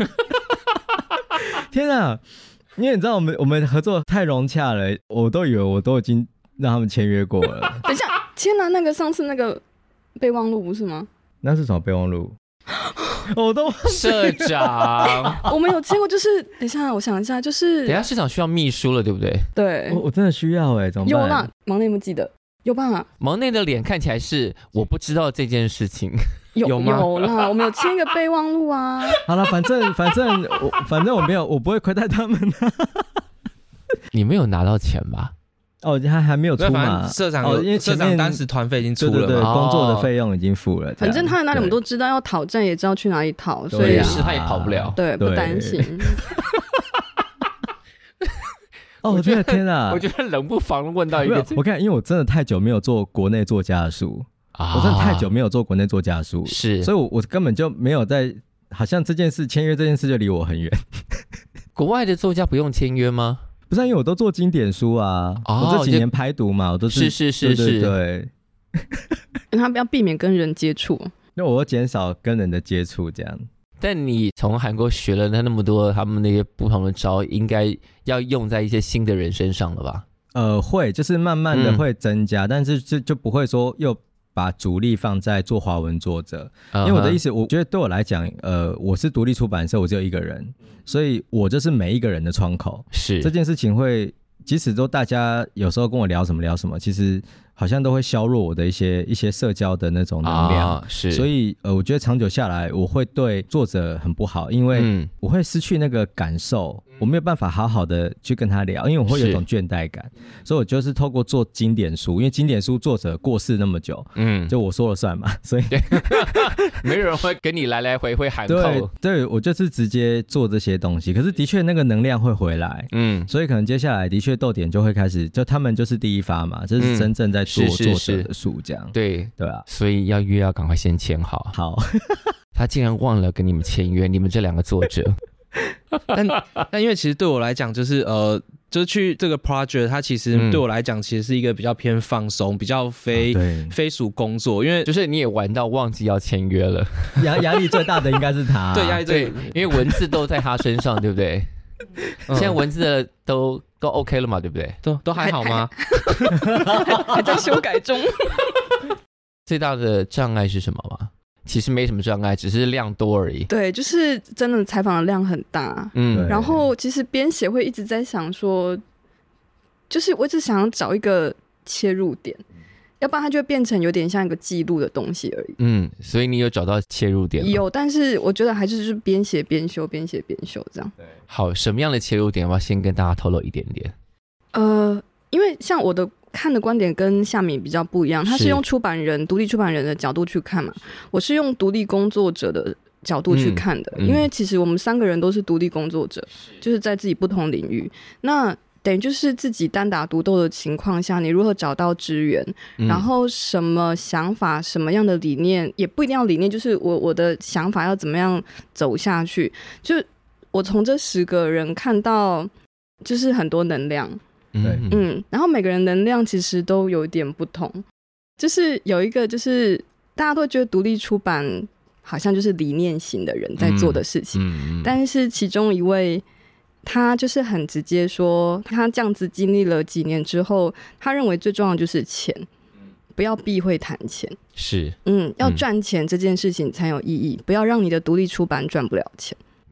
天啊！因为你知道我们合作太融洽了，我都以为我都已经让他们签约过了。 等一下，签了那个上次那个备忘录不是吗？ 那是什么备忘录？我都社长， 我们有签过，就是等一下，我想一下，就是等一下社长需要秘书了，对不对？ 对， 我真的需要怎么办？ 有啦，忙内有没有记得？有吧？ 忙内的脸看起来是我不知道这件事情。 有吗？有啦，我们有签一个备忘录啊。 好了，反正我没有，我不会亏待他们的。 你没有拿到钱吧？ 他还没有出嘛？ 社长因为社长当时团费已经出了， 对，工作的费用已经付了。 反正他在哪里我们都知道，要讨债也知道去哪里讨，所以他也跑不了， 对，不担心。 我觉得天啊！ 我觉得冷不防问到一个， 我看，因为我真的太久没有做国内作家的书，我真的太久没有做国内作家的书，是，所以我根本就没有在，好像这件事签约这件事就离我很远。 国外的作家不用签约吗？ 不是，因为我都做经典书啊，我这几年排毒嘛，我都是对。 他要避免跟人接触， 因为我会减少跟人的接触，这样。 但你从韩国学了那么多他们那些不同的招，应该要用在一些新的人身上了吧？ 会，就是慢慢的会增加，但是就不会说又把主力放在做华文作者。因为我的意思，我觉得对我来讲，我是独立出版社，我只有一个人，所以我就是每一个人的窗口。是这件事情会，即使都大家有时候跟我聊什么，其实好像都会削弱我的一些社交的那种能量，是，所以我觉得长久下来，我会对作者很不好，因为我会失去那个感受，我没有办法好好的去跟他聊，因为我会有一种倦怠感，所以我就是透过做经典书，因为经典书作者过世那么久，就我说了算嘛，所以没有人会跟你来来回回喊扣， 对，我就是直接做这些东西，可是的确那个能量会回来，所以可能接下来的确逗点就会开始，就他们就是第一发嘛，这是真正在做作者的书，这样，对啊， 所以要赶快先签好。他竟然忘了跟你们签约，你们这2个作者。 但因为其实对我来讲，就是去这个 project， 它其实对我来讲，其实是一个比较偏放松，比较非属工作，因为就是你也玩到忘记要签约了。 压力最大的应该是他， 对，压力最， 因为文字都在他身上，对不对？现在文字的都 OK 了嘛，对不对？ 都还好吗？ 还在修改中。 最大的障碍是什么吗？其实没什么障碍，只是量多而已。 对，就是真的采访的量很大。然后其实编写会一直在想说，就是我一直想要找一个切入点，要不然它就会变成有点像一个记录的东西而已。 所以你有找到切入点吗？ 有，但是我觉得还是就是边写边修，边写边修这样。 好，什么样的切入点？我要先跟大家透露一点点。 因为像我的看的观点跟夏米比较不一样，他是用独立出版人的角度去看嘛，我是用独立工作者的角度去看的。因为其实我们3个人都是独立工作者，就是在自己不同领域，那等于就是自己单打独斗的情况下，你如何找到资源，然后什么想法，什么样的理念，也不一定要理念，就是我的想法要怎么样走下去。就我从这10个人看到，就是很多能量。然后每个人能量其实都有点不同，就是有一个就是大家都觉得独立出版好像就是理念型的人在做的事情，但是其中一位他就是很直接说，他这样子经历了几年之后，他认为最重要的就是钱，不要避讳谈钱，是要赚钱这件事情才有意义，不要让你的独立出版赚不了钱。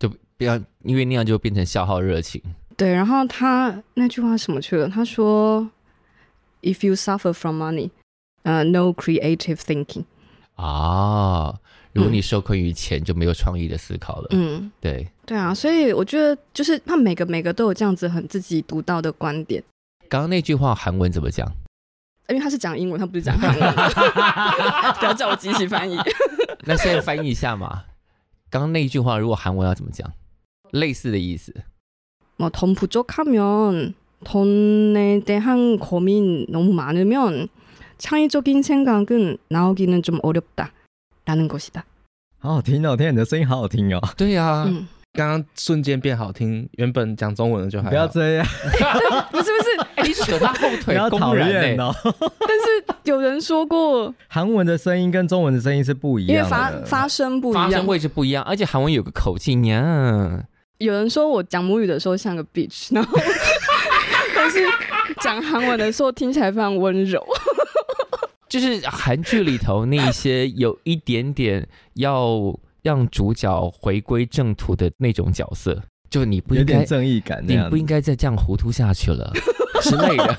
因为那样就变成消耗热情。 对，然后他那句话什么去了？他说 ：“If you suffer from money, no creative thinking。” 如果你受困于钱，就没有创意的思考了。对啊，所以我觉得就是他每个都有这样子很自己独到的观点。 刚刚那句话韩文怎么讲？ 因为他是讲英文，他不是讲韩文。不要叫我机器翻译。 那现在翻译一下嘛。刚刚那一句话如果韩文要怎么讲？类似的意思。 돈 부족하면 돈에 대한 고민 너무 많으면 창의적인 생각은 나오기는 좀 어렵다라는 것이다. 好好听哦，听你的声音好好听哦。 对啊， 刚刚瞬间变好听，原本讲中文的就还好。 不要这样， 不是， 你扯他后腿， 不要讨厌哦。 但是有人说过， 韩文的声音跟中文的声音是不一样的， 因为发声不一样， 发声位置不一样，而且韩文有个口气呀。 有人说我讲母语的时候像个 bitch， 然后但是讲韩文的时候听起来非常温柔。 就是韩剧里头那一些有一点点要让主角回归正途的那种角色，就你不应该有点正义感， 你不应该再这样糊涂下去了之类的。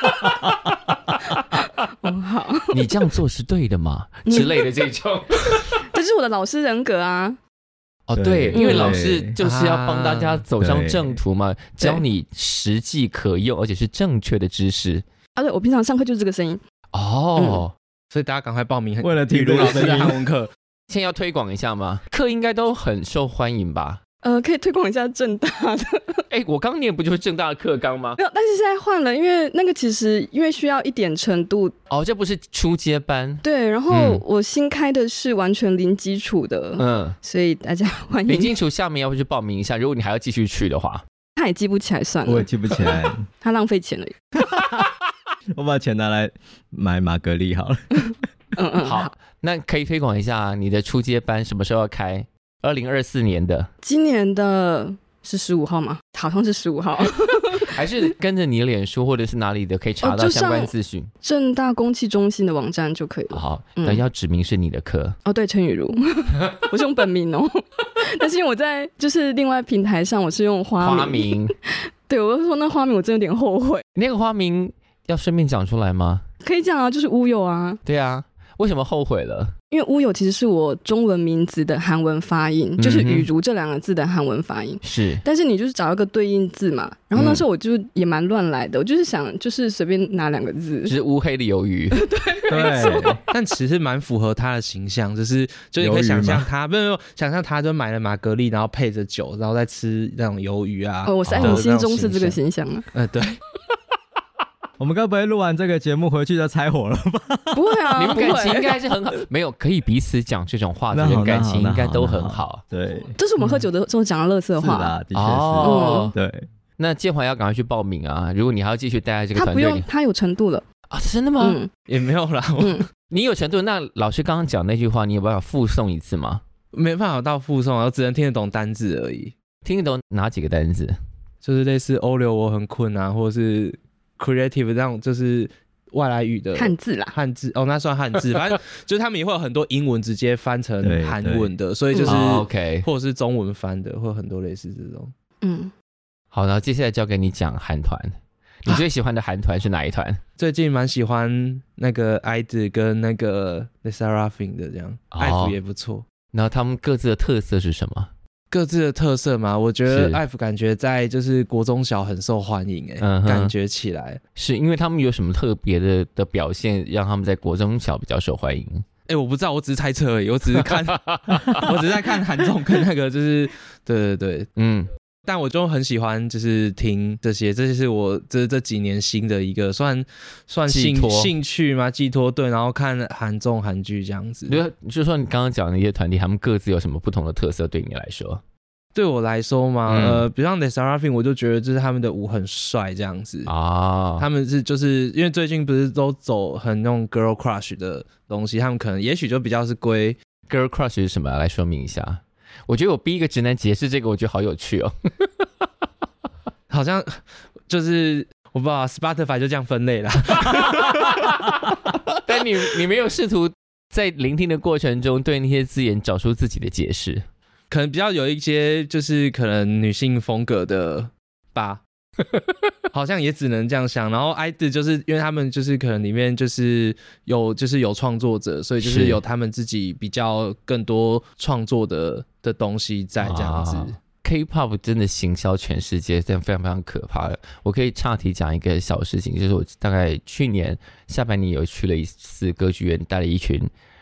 好， 你这样做是对的吗？之类的这种。 这是我的老师人格啊。 对，因为老师就是要帮大家走上正途嘛，教你实际可用而且是正确的知识。 对，我平常上课就是这个声音。 所以大家赶快报名， 为了听老师的韩文课。 现在要推广一下吗？课应该都很受欢迎吧？ 可以推广一下政大的。 我刚念不就是政大的课纲吗？ 没有，但是现在换了，因为那个其实因为需要一点程度。 这不是初阶班。 对，然后我新开的是完全零基础的，所以大家欢迎。 零基础下面要不去报名一下，如果你还要继续去的话。 他也记不起来算了， 我也记不起来， 他浪费钱了。 我把钱拿来买玛格丽好了。 好，那可以推广一下你的初阶班什么时候要开？2024年的。 今年的是15号吗？好像是15号。 还是跟着你的脸书或者是哪里的可以查到相关资讯？ 政大公企中心的网站就可以了。 好，但要指明是你的课。 对，陈雨茹。我是用本名哦。但是因为我在就是另外平台上我是用花名。对，我就说那花名我真的有点后悔。 那个花名要顺便讲出来吗？ 可以讲啊，就是乌有啊。 对啊，为什么后悔了？ 因为乌有其实是我中文名字的韩文发音，就是雨茹这2个字的韩文发音。 是， 但是你就是找一个对应字嘛。然后那时候我就也蛮乱来的，我就是想就是随便拿2个字， 就是乌黑的鱿鱼。 对， 但其实蛮符合他的形象，就你可以想象他，没有想象他就买了玛格丽，然后配着酒，然后再吃那种鱿鱼啊。 我在你心中是这个形象啊。 对。 我们该不会录完这个节目回去就拆伙了吧？ 不会啊， 你们感情应该是很好，没有可以彼此讲这种话的人，感情应该都很好。 对， 这是我们喝酒的时候讲的垃圾话。 是啦，的确是。对， 那建华要赶快去报名啊！如果你还要继续待在这个团队里， 他有程度了啊？真的吗？ 也没有啦。 你有程度，那老师刚刚讲那句话，你有办法复诵一次吗？ 没办法到复诵，我只能听得懂单字而已。 听得懂哪几个单字？ 就是类似欧流我很困啊，或者是 creative 这样，就是外来语的汉字啦， 汉字那算汉字，反正就是他们也会有很多英文直接翻成韩文的，所以就是 OK， 或者是中文翻的，会有很多类似这种。 好，然后接下来交给你讲韩团，你最喜欢的韩团是哪一团？ 最近蛮喜欢那个 IVE 跟那个 The Seraphim 的，这样IVE也不错。 然后他们各自的特色是什么？ 各自的特色嘛，我觉得 IVE 感觉在就是国中小很受欢迎感觉起来是因为他们有什么特别的表现，让他们在国中小比较受欢迎？ 我不知道，我只是猜测而已，我只是看，我只是在看韩综跟那个就是对，但我就很喜欢，就是听这些是我这几年新的一个算兴趣吗？寄托对，然后看韩综韩剧这样子。 就是说你刚刚讲的那些团体，他们各自有什么不同的特色？对你来说？ 对我来说嘛，比如像 The Seraphim， 我就觉得就是他们的舞很帅这样子啊。他们是就是因为最近不是都走很那种 girl crush 的东西，他们可能也许就比较是归 girl crush 是什么？来说明一下。我觉得我逼一个直男解释这个，我觉得好有趣哦。 好像就是我不知道 Spotify 就这样分类了。 但你没有试图在聆听的过程中对那些字眼找出自己的解释？ 可能比较有一些就是可能女性风格的吧。好像也只能这样想，然后 idol 就是因为他们就是可能里面就是有创作者，所以就是有他们自己比较更多创作的东西在这样子。 K-pop 真的行销全世界，真的非常非常可怕的。我可以岔题讲一个小事情，就是我大概去年下半年有去了一次歌剧院，带了一群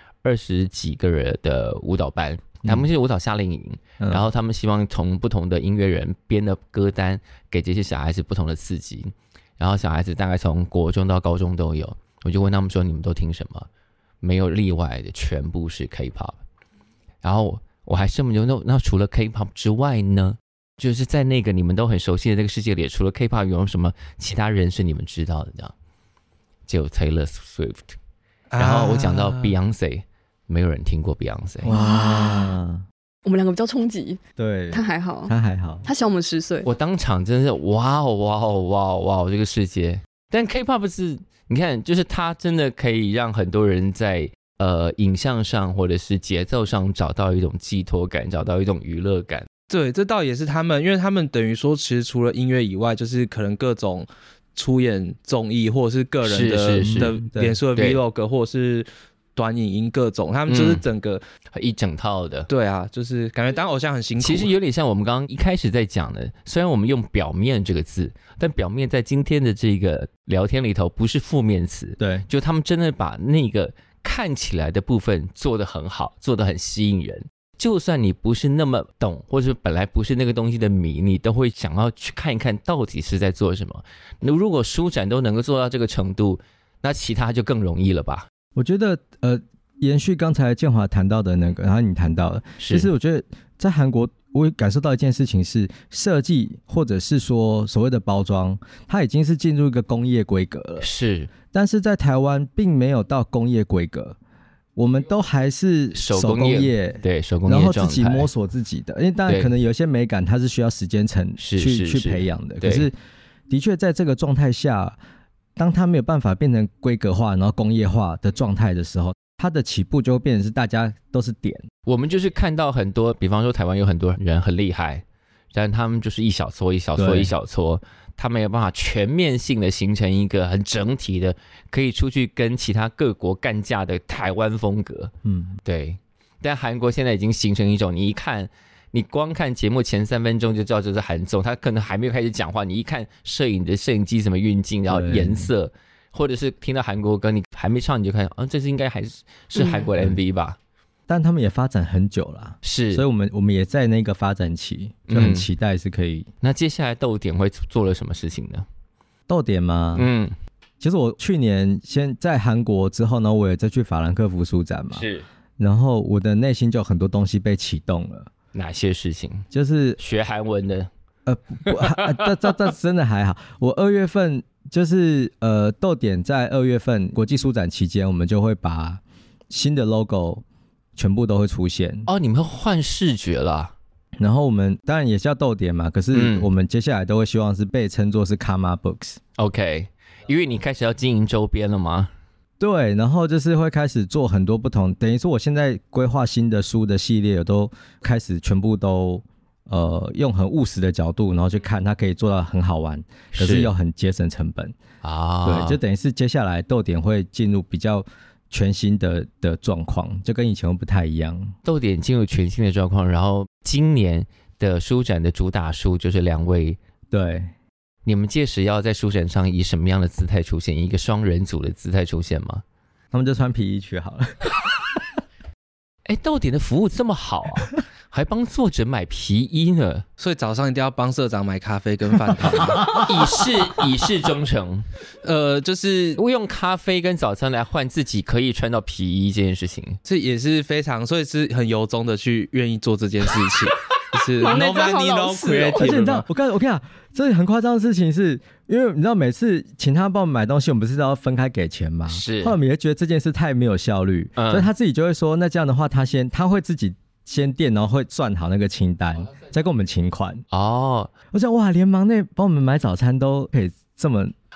20几个人的舞蹈班。他们是舞蹈夏令营，然后他们希望从不同的音乐人编的歌单给这些小孩子不同的刺激，然后小孩子大概从国中到高中都有，我就问他们说你们都听什么，没有例外的全部是 K-pop。 然后我还是问那除了 K-pop 之外呢，就是在那个你们都很熟悉的这个世界里，除了 K-pop 有什么其他人是你们知道的这样？只有 Taylor Swift， 然后我讲到 Beyonce，没有人听过 Beyonce。 哇，我们两个比较冲击。 对， 他还好，他小我们10岁。 我当场真的是哇哦哇哦哇哦哇哦这个世界。但 K-pop 是你看，就是它真的可以让很多人在影像上或者是节奏上找到一种寄托感，找到一种娱乐感。 对，这倒也是他们，因为他们等于说其实除了音乐以外，就是可能各种出演综艺或者是个人的脸书的 vlog 或者是短影音各种，他们就是整个一整套的。 对啊，就是感觉当偶像很辛苦。 其实有点像我们刚刚一开始在讲的，虽然我们用表面这个字，但表面在今天的这个聊天里头不是负面词。 对， 就他们真的把那个看起来的部分做得很好，做得很吸引人。就算你不是那么懂，或者本来不是那个东西的迷，你都会想要去看一看到底是在做什么。那如果书展都能够做到这个程度，那其他就更容易了吧？ 我觉得延续刚才建华谈到的那个，然后你谈到的，其实我觉得在韩国我也感受到一件事情是，设计或者是说所谓的包装，它已经是进入一个工业规格了。 是， 但是在台湾并没有到工业规格，我们都还是手工业， 对，手工业， 然后自己摸索自己的。因为当然可能有些美感它是需要时间去培养的，可是的确在这个状态下，当它没有办法变成规格化然后工业化的状态的时候，它的起步就会变成是大家都是点。 我们就是看到很多，比方说台湾有很多人很厉害，但他们就是一小撮一小撮一小撮，他没有办法全面性的形成一个很整体的可以出去跟其他各国干架的台湾风格。对。但韩国现在已经形成一种，你一看，你光看节目前3分钟就知道这是韩综，他可能还没有开始讲话，你一看摄影机怎么运镜，然后颜色，或者是听到韩国歌，你还没唱你就看，这是应该还是韩国的 MV 吧。 但他们也发展很久了， 是， 所以我们也在那个发展期，就很期待是可以。 那接下来逗点会做了什么事情呢？ 逗点吗？其实我去年先在韩国之后呢，我也再去法兰克福书展嘛， 是， 然后我的内心就有很多东西被启动了。 哪些事情？ 就是学韩文的。 这真的还好。我2月份就是逗点在2月份国际书展期间，我们就会把新的 logo 全部都会出现。 你们会换视觉了。 然后我们当然也是要逗点嘛，可是我们接下来都会希望是被称作是 Karma Books。OK， 因为你开始要经营周边了吗？ 对，然后就是会开始做很多不同，等于说我现在规划新的书的系列，我都开始全部都用很务实的角度，然后去看它可以做到很好玩，可是又很节省成本啊。对，就等于是接下来逗点会进入比较全新的状况，就跟以前不太一样。 逗点进入全新的状况，然后今年的书展的主打书就是2位。 对， 你们届时要在书展上以什么样的姿态出现？一个双人组的姿态出现吗？ 他们就穿皮衣去好了。 逗点的服务这么好啊，还帮作者买皮衣呢。 所以早上一定要帮社长买咖啡跟饭团， 以示忠诚。 就是用咖啡跟早餐来换自己可以穿到皮衣这件事情， 这也是非常，所以是很由衷的去愿意做这件事情。就是 no money no creative。 而且你知道，我跟你讲，这很夸张的事情是，因为你知道每次请他帮我们买东西，我们不是要分开给钱吗？ 是。 后来我们也觉得这件事太没有效率，所以他自己就会说，那这样的话他会自己先垫，然后会算好那个清单，再跟我们请款。我想哇，连忙内帮我们买早餐都可以这么。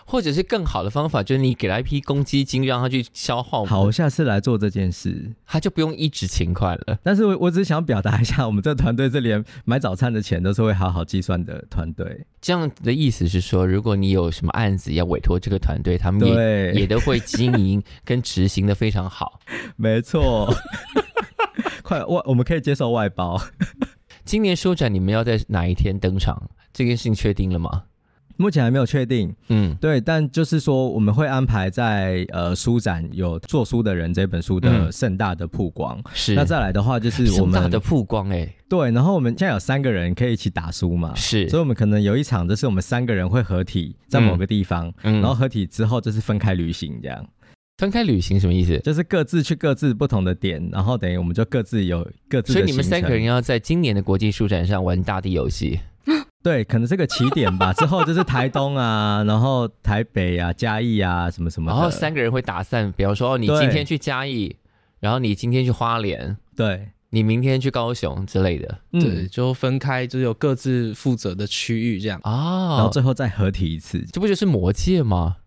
或者是更好的方法，就是你给他一批公积金，让他去消耗。 好，我下次来做这件事， 他就不用一直勤快了。 但是我只是想表达一下，我们这个团队是连买早餐的钱都是会好好计算的团队。 这样的意思是说，如果你有什么案子要委托这个团队，他们也都会经营跟执行的非常好。 没错。快，我们可以接受外包。 今年书展你们要在哪一天登场？这件事情确定了吗？ 目前还没有确定，对，但就是说我们会安排在书展有做书的人这本书的盛大的曝光，是。那再来的话就是我们盛大的曝光， 对，然后我们现在有3个人可以一起打书嘛， 是， 所以我们可能有一场就是我们3个人会合体在某个地方，然后合体之后就是分开旅行这样。 分开旅行什么意思？ 就是各自去各自不同的点，然后等于我们就各自有各自的行程。 所以你们3个人要在今年的国际书展上玩大地游戏。 对，可能是个起点吧。之后就是台东啊，然后台北啊、嘉义啊什么什么的。 然后3个人会打散，比方说你今天去嘉义，然后你今天去花莲， 对， 你明天去高雄之类的。 对，就分开，就是有各自负责的区域这样然后最后再合体一次。 这不就是魔戒吗？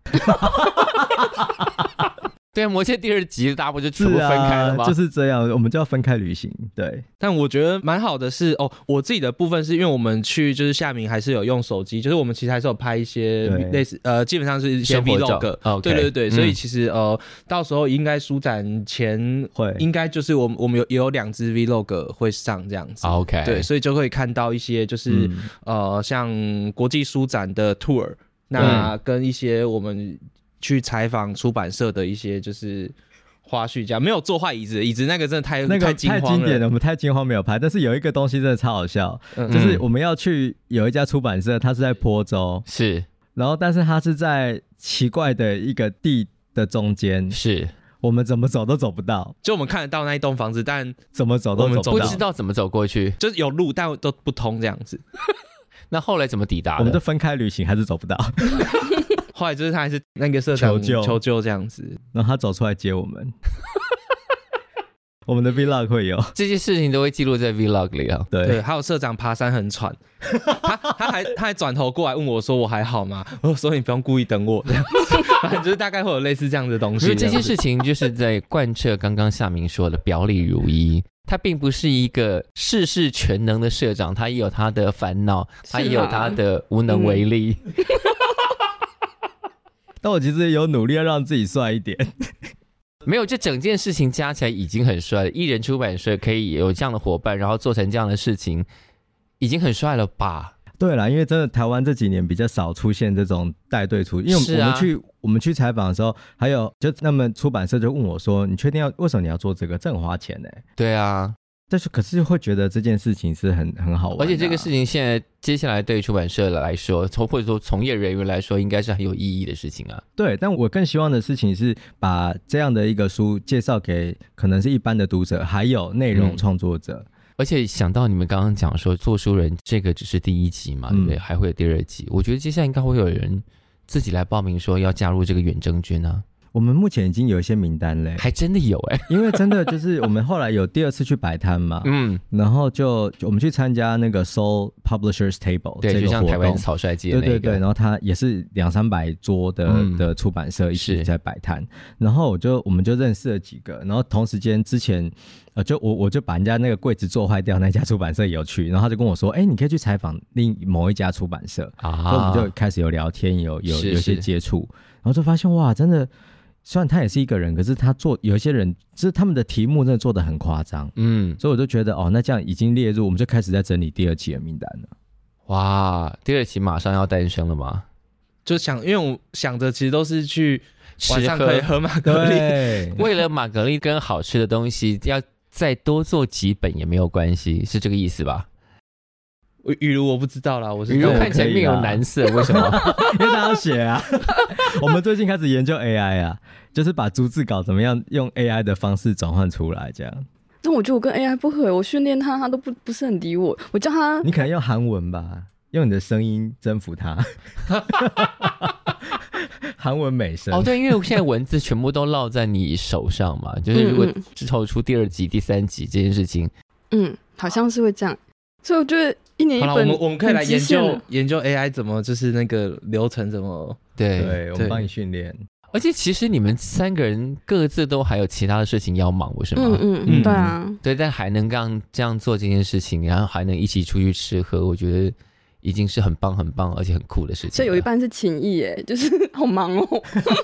对啊，魔戒第2集大家不就全部分开了吗？ 就是这样，我们就要分开旅行。对， 但我觉得蛮好的是我自己的部分是因为我们去就是夏民还是有用手机，就是我们其实还是有拍一些类似基本上是一些 vlog，对对对，所以其实到时候应该书展前会应该就是我们也有2支 vlog 会上这样子。 OK， 对，所以就会看到一些就是像国际书展的 tour， 那跟一些我们去采访出版社的一些就是花絮，这样没有坐坏椅子那个真的太惊慌了，太经典了，我们太惊慌没有拍。但是有一个东西真的超好笑，就是我们要去有一家出版社，它是在坡州， 是， 然后但是它是在奇怪的一个地的中间， 是我们怎么走都走不到， 就我们看得到那一栋房子，但怎么走都走不到， 不知道怎么走过去， 就是有路但都不通这样子。 那后来怎么抵达的？ 我们就分开旅行，还是走不到。 后来就是他还是那个社长求救这样子， 然后他走出来接我们。我们的 vlog 会有这些事情都会记录在 vlog 里啊。 对，还有社长爬山很喘，他还转头过来问我说我还好吗？我说你不用故意等我，这样反正就是大概会有类似这样的东西。 因为这些事情就是在贯彻刚刚夏民说的表里如一。他并不是一个事事全能的社长，他也有他的烦恼，他也有他的无能为力。 但我其实有努力要让自己帅一点。 没有，这整件事情加起来已经很帅了。艺人出版社可以有这样的伙伴，然后做成这样的事情，已经很帅了吧？ 对啦，因为真的台湾这几年比较少出现这种带队出，因为我们去采访的时候，还有就那么出版社就问我说：“你确定为什么你要做这个？这很花钱欸。” 对啊， 但是可是会觉得这件事情是很好玩的， 而且这个事情现在接下来对出版社来说，或者说从业人员来说，应该是很有意义的事情啊。 对，但我更希望的事情是把这样的一个书介绍给可能是一般的读者，还有内容创作者。 而且想到你们刚刚讲说做书人这个只是第1集嘛，对不对？还会有第2集。我觉得接下来应该会有人自己来报名说要加入这个远征军啊。 我们目前已经有一些名单嘞， 还真的有因为真的就是我们后来有第2次去摆摊嘛，然后就我们去参加那个 Soul Publishers Table， 对，就像台湾草率季的那个， 对，然后它也是200-300桌的出版社一起在摆摊，然后我们就认识了几个，然后同时间之前我就把人家那个柜子做坏掉，那家出版社也有去，然后他就跟我说，你可以去采访另某一家出版社，所以我们就开始有聊天，有些接触，然后就发现哇，真的。虽然他也是一个人，可是他有一些人，就是他们的题目真的做得很夸张，所以我就觉得那这样已经列入，我们就开始在整理第2期的名单了。 哇，第2期马上要诞生了吗？ 就因为我想着其实都是去晚上可以喝玛格丽， 为了玛格丽跟好吃的东西，要再多做几本也没有关系，是这个意思吧？ 雨如我不知道啦， 雨如看起来面有难色，为什么？ 因为他要写啊。我们最近开始研究 AI 啊，就是把逐字稿怎么样用 AI 的方式转换出来，这样。 但我觉得我跟 AI 不合，我训练他都不是很理我。我叫他， 你可能用韩文吧，用你的声音征服他。韩文美声对，因为现在文字全部都落在你手上嘛，就是如果之后出第2集、第3集这件事情， 好像是会这样。所以我觉得 1年1本， 我们可以来研究 AI 怎么就是那个流程怎么对，我们帮你训练。 而且其实你们3个人各自都还有其他的事情要忙，不是吗？ 对啊， 对，但还能这样做这件事情，然后还能一起出去吃喝，我觉得已经是很棒很棒而且很酷的事情了。 所以有一半是情谊耶，就是好忙哦。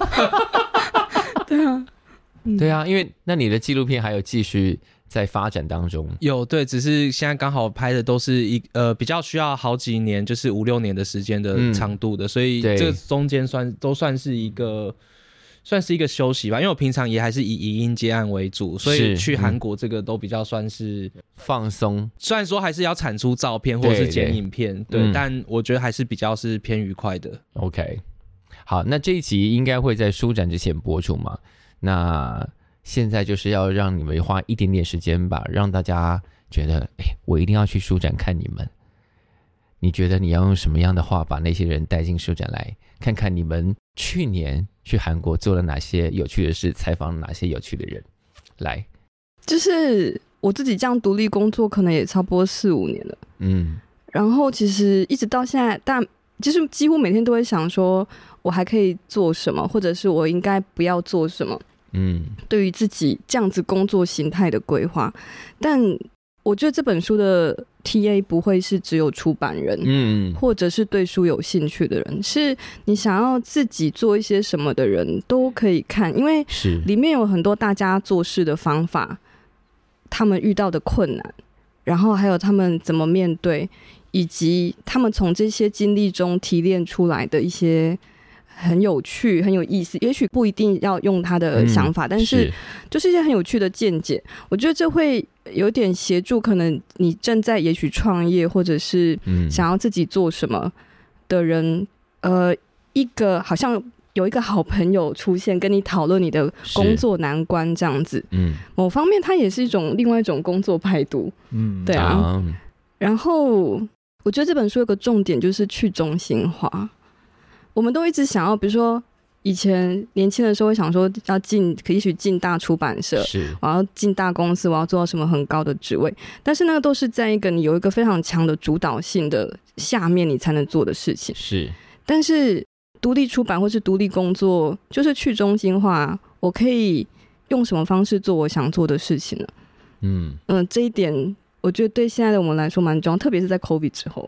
对啊， 对啊，因为那你的纪录片还有继续在发展当中。 有，对，只是现在刚好拍的都是比较需要好几年，就是5、6年的时间的长度的，所以这中间都算是一个休息吧。因为我平常也还是以影音接案为主，所以去韩国这个都比较算是放松。 虽然说还是要产出照片或者是剪影片，对，但我觉得还是比较是偏愉快的。 OK， 好，那这一集应该会在书展之前播出嘛？那现在就是要让你们花一点点时间吧，让大家觉得，我一定要去书展看你们。你觉得你要用什么样的话把那些人带进书展来，看看你们去年去韩国做了哪些有趣的事，采访了哪些有趣的人？来， 就是我自己这样独立工作，可能也差不多4、5年了。然后其实一直到现在，但就是几乎每天都会想说，我还可以做什么，或者是我应该不要做什么。对于自己这样子工作形态的规划，但我觉得这本书的 TA 不会是只有出版人，或者是对书有兴趣的人，是你想要自己做一些什么的人都可以看，因为里面有很多大家做事的方法，他们遇到的困难，然后还有他们怎么面对，以及他们从这些经历中提炼出来的一些很有趣很有意思，也许不一定要用他的想法，但是就是一些很有趣的见解。我觉得这会有点协助可能你正在也许创业或者是想要自己做什么的人，一个好像有一个好朋友出现跟你讨论你的工作难关这样子。某方面它也是另外一种工作排毒。对啊。然后我觉得这本书有个重点就是去中心化。我们都一直想要，比如说以前年轻的时候会想说要也许进大出版社，我要进大公司，我要做到什么很高的职位，但是那个都是在你有一个非常强的主导性的下面你才能做的事情。但是独立出版或是独立工作就是去中心化，我可以用什么方式做我想做的事情呢？这一点我觉得对现在的我们来说蛮重要，特别是在 COVID 之后。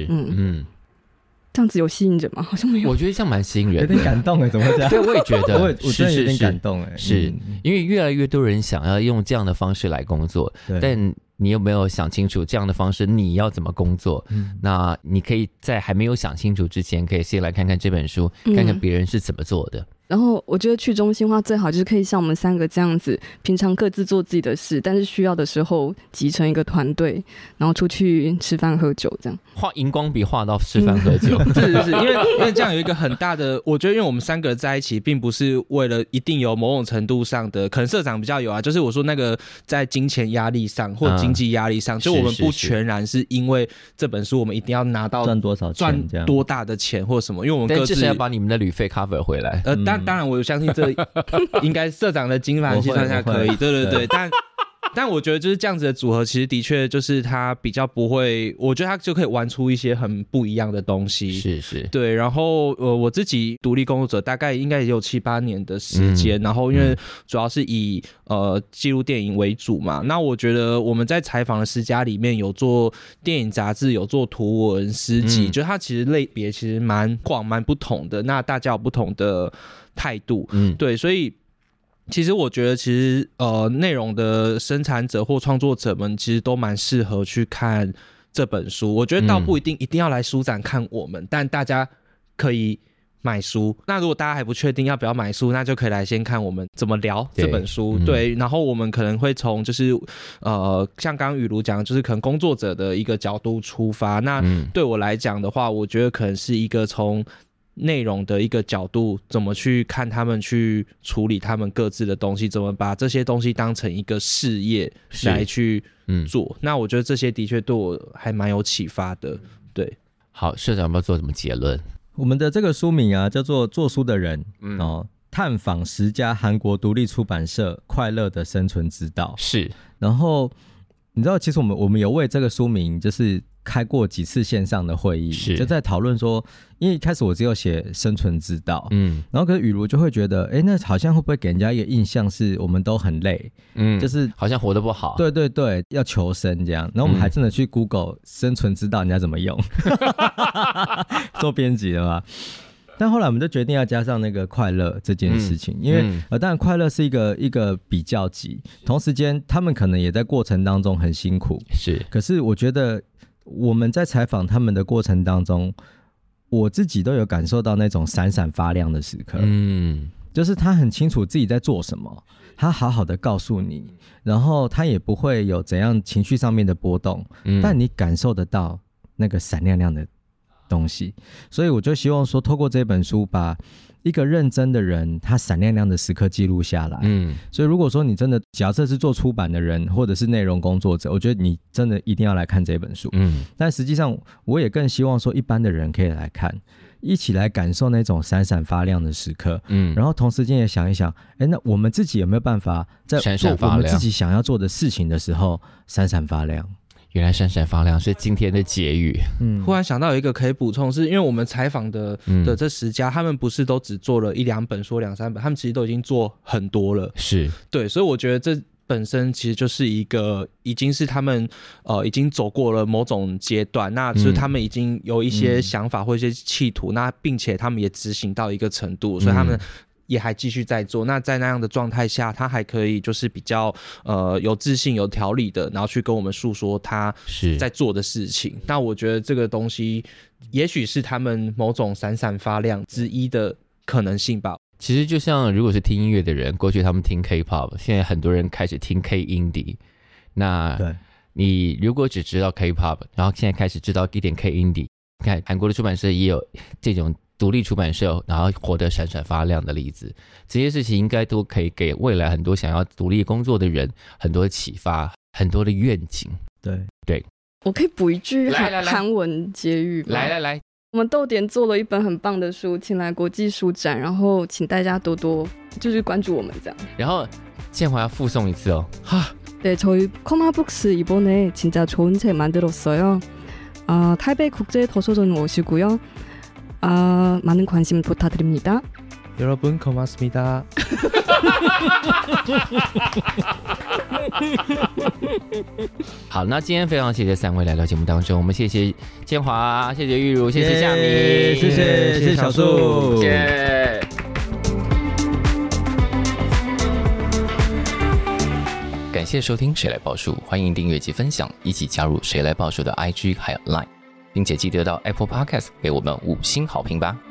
这样子有吸引人吗？好像没有。 我觉得这样蛮吸引人的， 有点感动哎，怎么会这样？ 对，我也觉得， 我真的有点感动哎， 是因为越来越多人想要用这样的方式来工作，但你有没有想清楚这样的方式你要怎么工作？那你可以在还没有想清楚之前，可以先来看看这本书，看看别人是怎么做的。 然后我觉得去中心化最好就是可以像我们3个这样子，平常各自做自己的事，但是需要的时候集成一个团队，然后出去吃饭喝酒这样。 画荧光笔画到吃饭喝酒， 是因为这样有一个很大的，我觉得因为我们3个在一起，并不是为了一定有某种程度上的，可能社长比较有啊，就是我说那个在金钱压力上或经济压力上，就我们不全然是因为这本书我们一定要拿到赚多少钱、 赚多大的钱或什么，因为我们各自至少要把你们的旅费 cover 回来。 当然我相信这应该社长的经济计算下可以，对，但我觉得就是这样子的组合，其实的确就是他比较不会，我觉得他就可以玩出一些很不一样的东西。 是， 对。然后我自己独立工作者大概应该也有7、8年的时间，然后因为主要是以纪录电影为主嘛，那我觉得我们在采访的10家里面有做电影杂志，有做图文诗集，就它其实类别其实蛮广蛮不同的，那大家有不同的态度，对，所以其实我觉得，其实内容的生产者或创作者们，其实都蛮适合去看这本书。我觉得倒不一定要来书展看我们，但大家可以买书。那如果大家还不确定要不要买书，那就可以来先看我们怎么聊这本书。对，然后我们可能会从就是像刚刚雨茹讲，就是可能工作者的一个角度出发。那对我来讲的话，我觉得可能是一个从内容的一个角度，怎么去看他们去处理他们各自的东西，怎么把这些东西当成一个事业来去做。那我觉得这些的确对我还蛮有启发的。对， 好，社长要不要做什么结论？ 我们的这个书名啊，叫做《做书的人》，探访10家韩国独立出版社快乐的生存之道。 是， 然后你知道，其实我们有为这个书名就是开过几次线上的会议，就在讨论说，因为一开始我只有写生存之道，然后可是雨茹就会觉得，那好像会不会给人家一个印象是我们都很累，就是好像活得不好， 对对对，要求生这样。然后我们还真的去 Google 生存之道人家怎么用，做编辑了嘛。但后来我们就决定要加上那个快乐这件事情，因为当然快乐是一个比较级，同时间他们可能也在过程当中很辛苦， 是。 可是我觉得我们在采访他们的过程当中，我自己都有感受到那种闪闪发亮的时刻，就是他很清楚自己在做什么，他好好的告诉你，然后他也不会有怎样情绪上面的波动，但你感受得到那个闪亮亮的东西。所以我就希望说透过这本书把一个认真的人他闪亮亮的时刻记录下来，所以如果说你真的假设是做出版的人或者是内容工作者，我觉得你真的一定要来看这本书，但实际上我也更希望说一般的人可以来看，一起来感受那种闪闪发亮的时刻，然后同时间也想一想，那我们自己有没有办法在做我们自己想要做的事情的时候闪闪发亮。 原来闪闪发亮是今天的结语。 忽然想到有一个可以补充，是因为我们采访的这10家，他们不是都只做了1-2本书2-3本，他们其实都已经做很多了， 是对，所以我觉得这本身其实就是一个已经是他们已经走过了某种阶段，那就是他们已经有一些想法或一些企图，那并且他们也执行到一个程度，所以他们也还继续在做。那在那样的状态下，他还可以就是比较有自信有条理的，然后去跟我们诉说他在做的事情。那我觉得这个东西也许是他们某种闪闪发亮之一的可能性吧。 其实就像如果是听音乐的人，过去他们听 K-pop， 现在很多人开始听 K-indie， 那你如果只知道 K-pop， 然后现在开始知道一点 K-indie， 你看韩国的出版社也有这种独立出版社然后活得闪闪发亮的例子，这些事情应该都可以给未来很多想要独立工作的人很多的启发，很多的愿景。对， 我可以补一句韩文结语吗？ 来， 我们豆点做了一本很棒的书，请来国际书展，然后请大家多多就是关注我们这样。 然后建华要附送一次哦。 네, 저희 커마북스 이번에 진짜 좋은 책 만들었어요. 타이베이 국제 도서전 오시고요. 많은 관심 부탁드립니다. 여러분 고맙습니다. 好，那今天非常谢谢3位来到节目当中，我们谢谢建华，谢谢玉如，谢谢夏明， 谢谢小树， 谢谢。感谢收听谁来报数，欢迎订阅及分享，一起加入谁来报数的 IG 还有 Line， 并且记得到 Apple Podcast 给我们5星好评吧。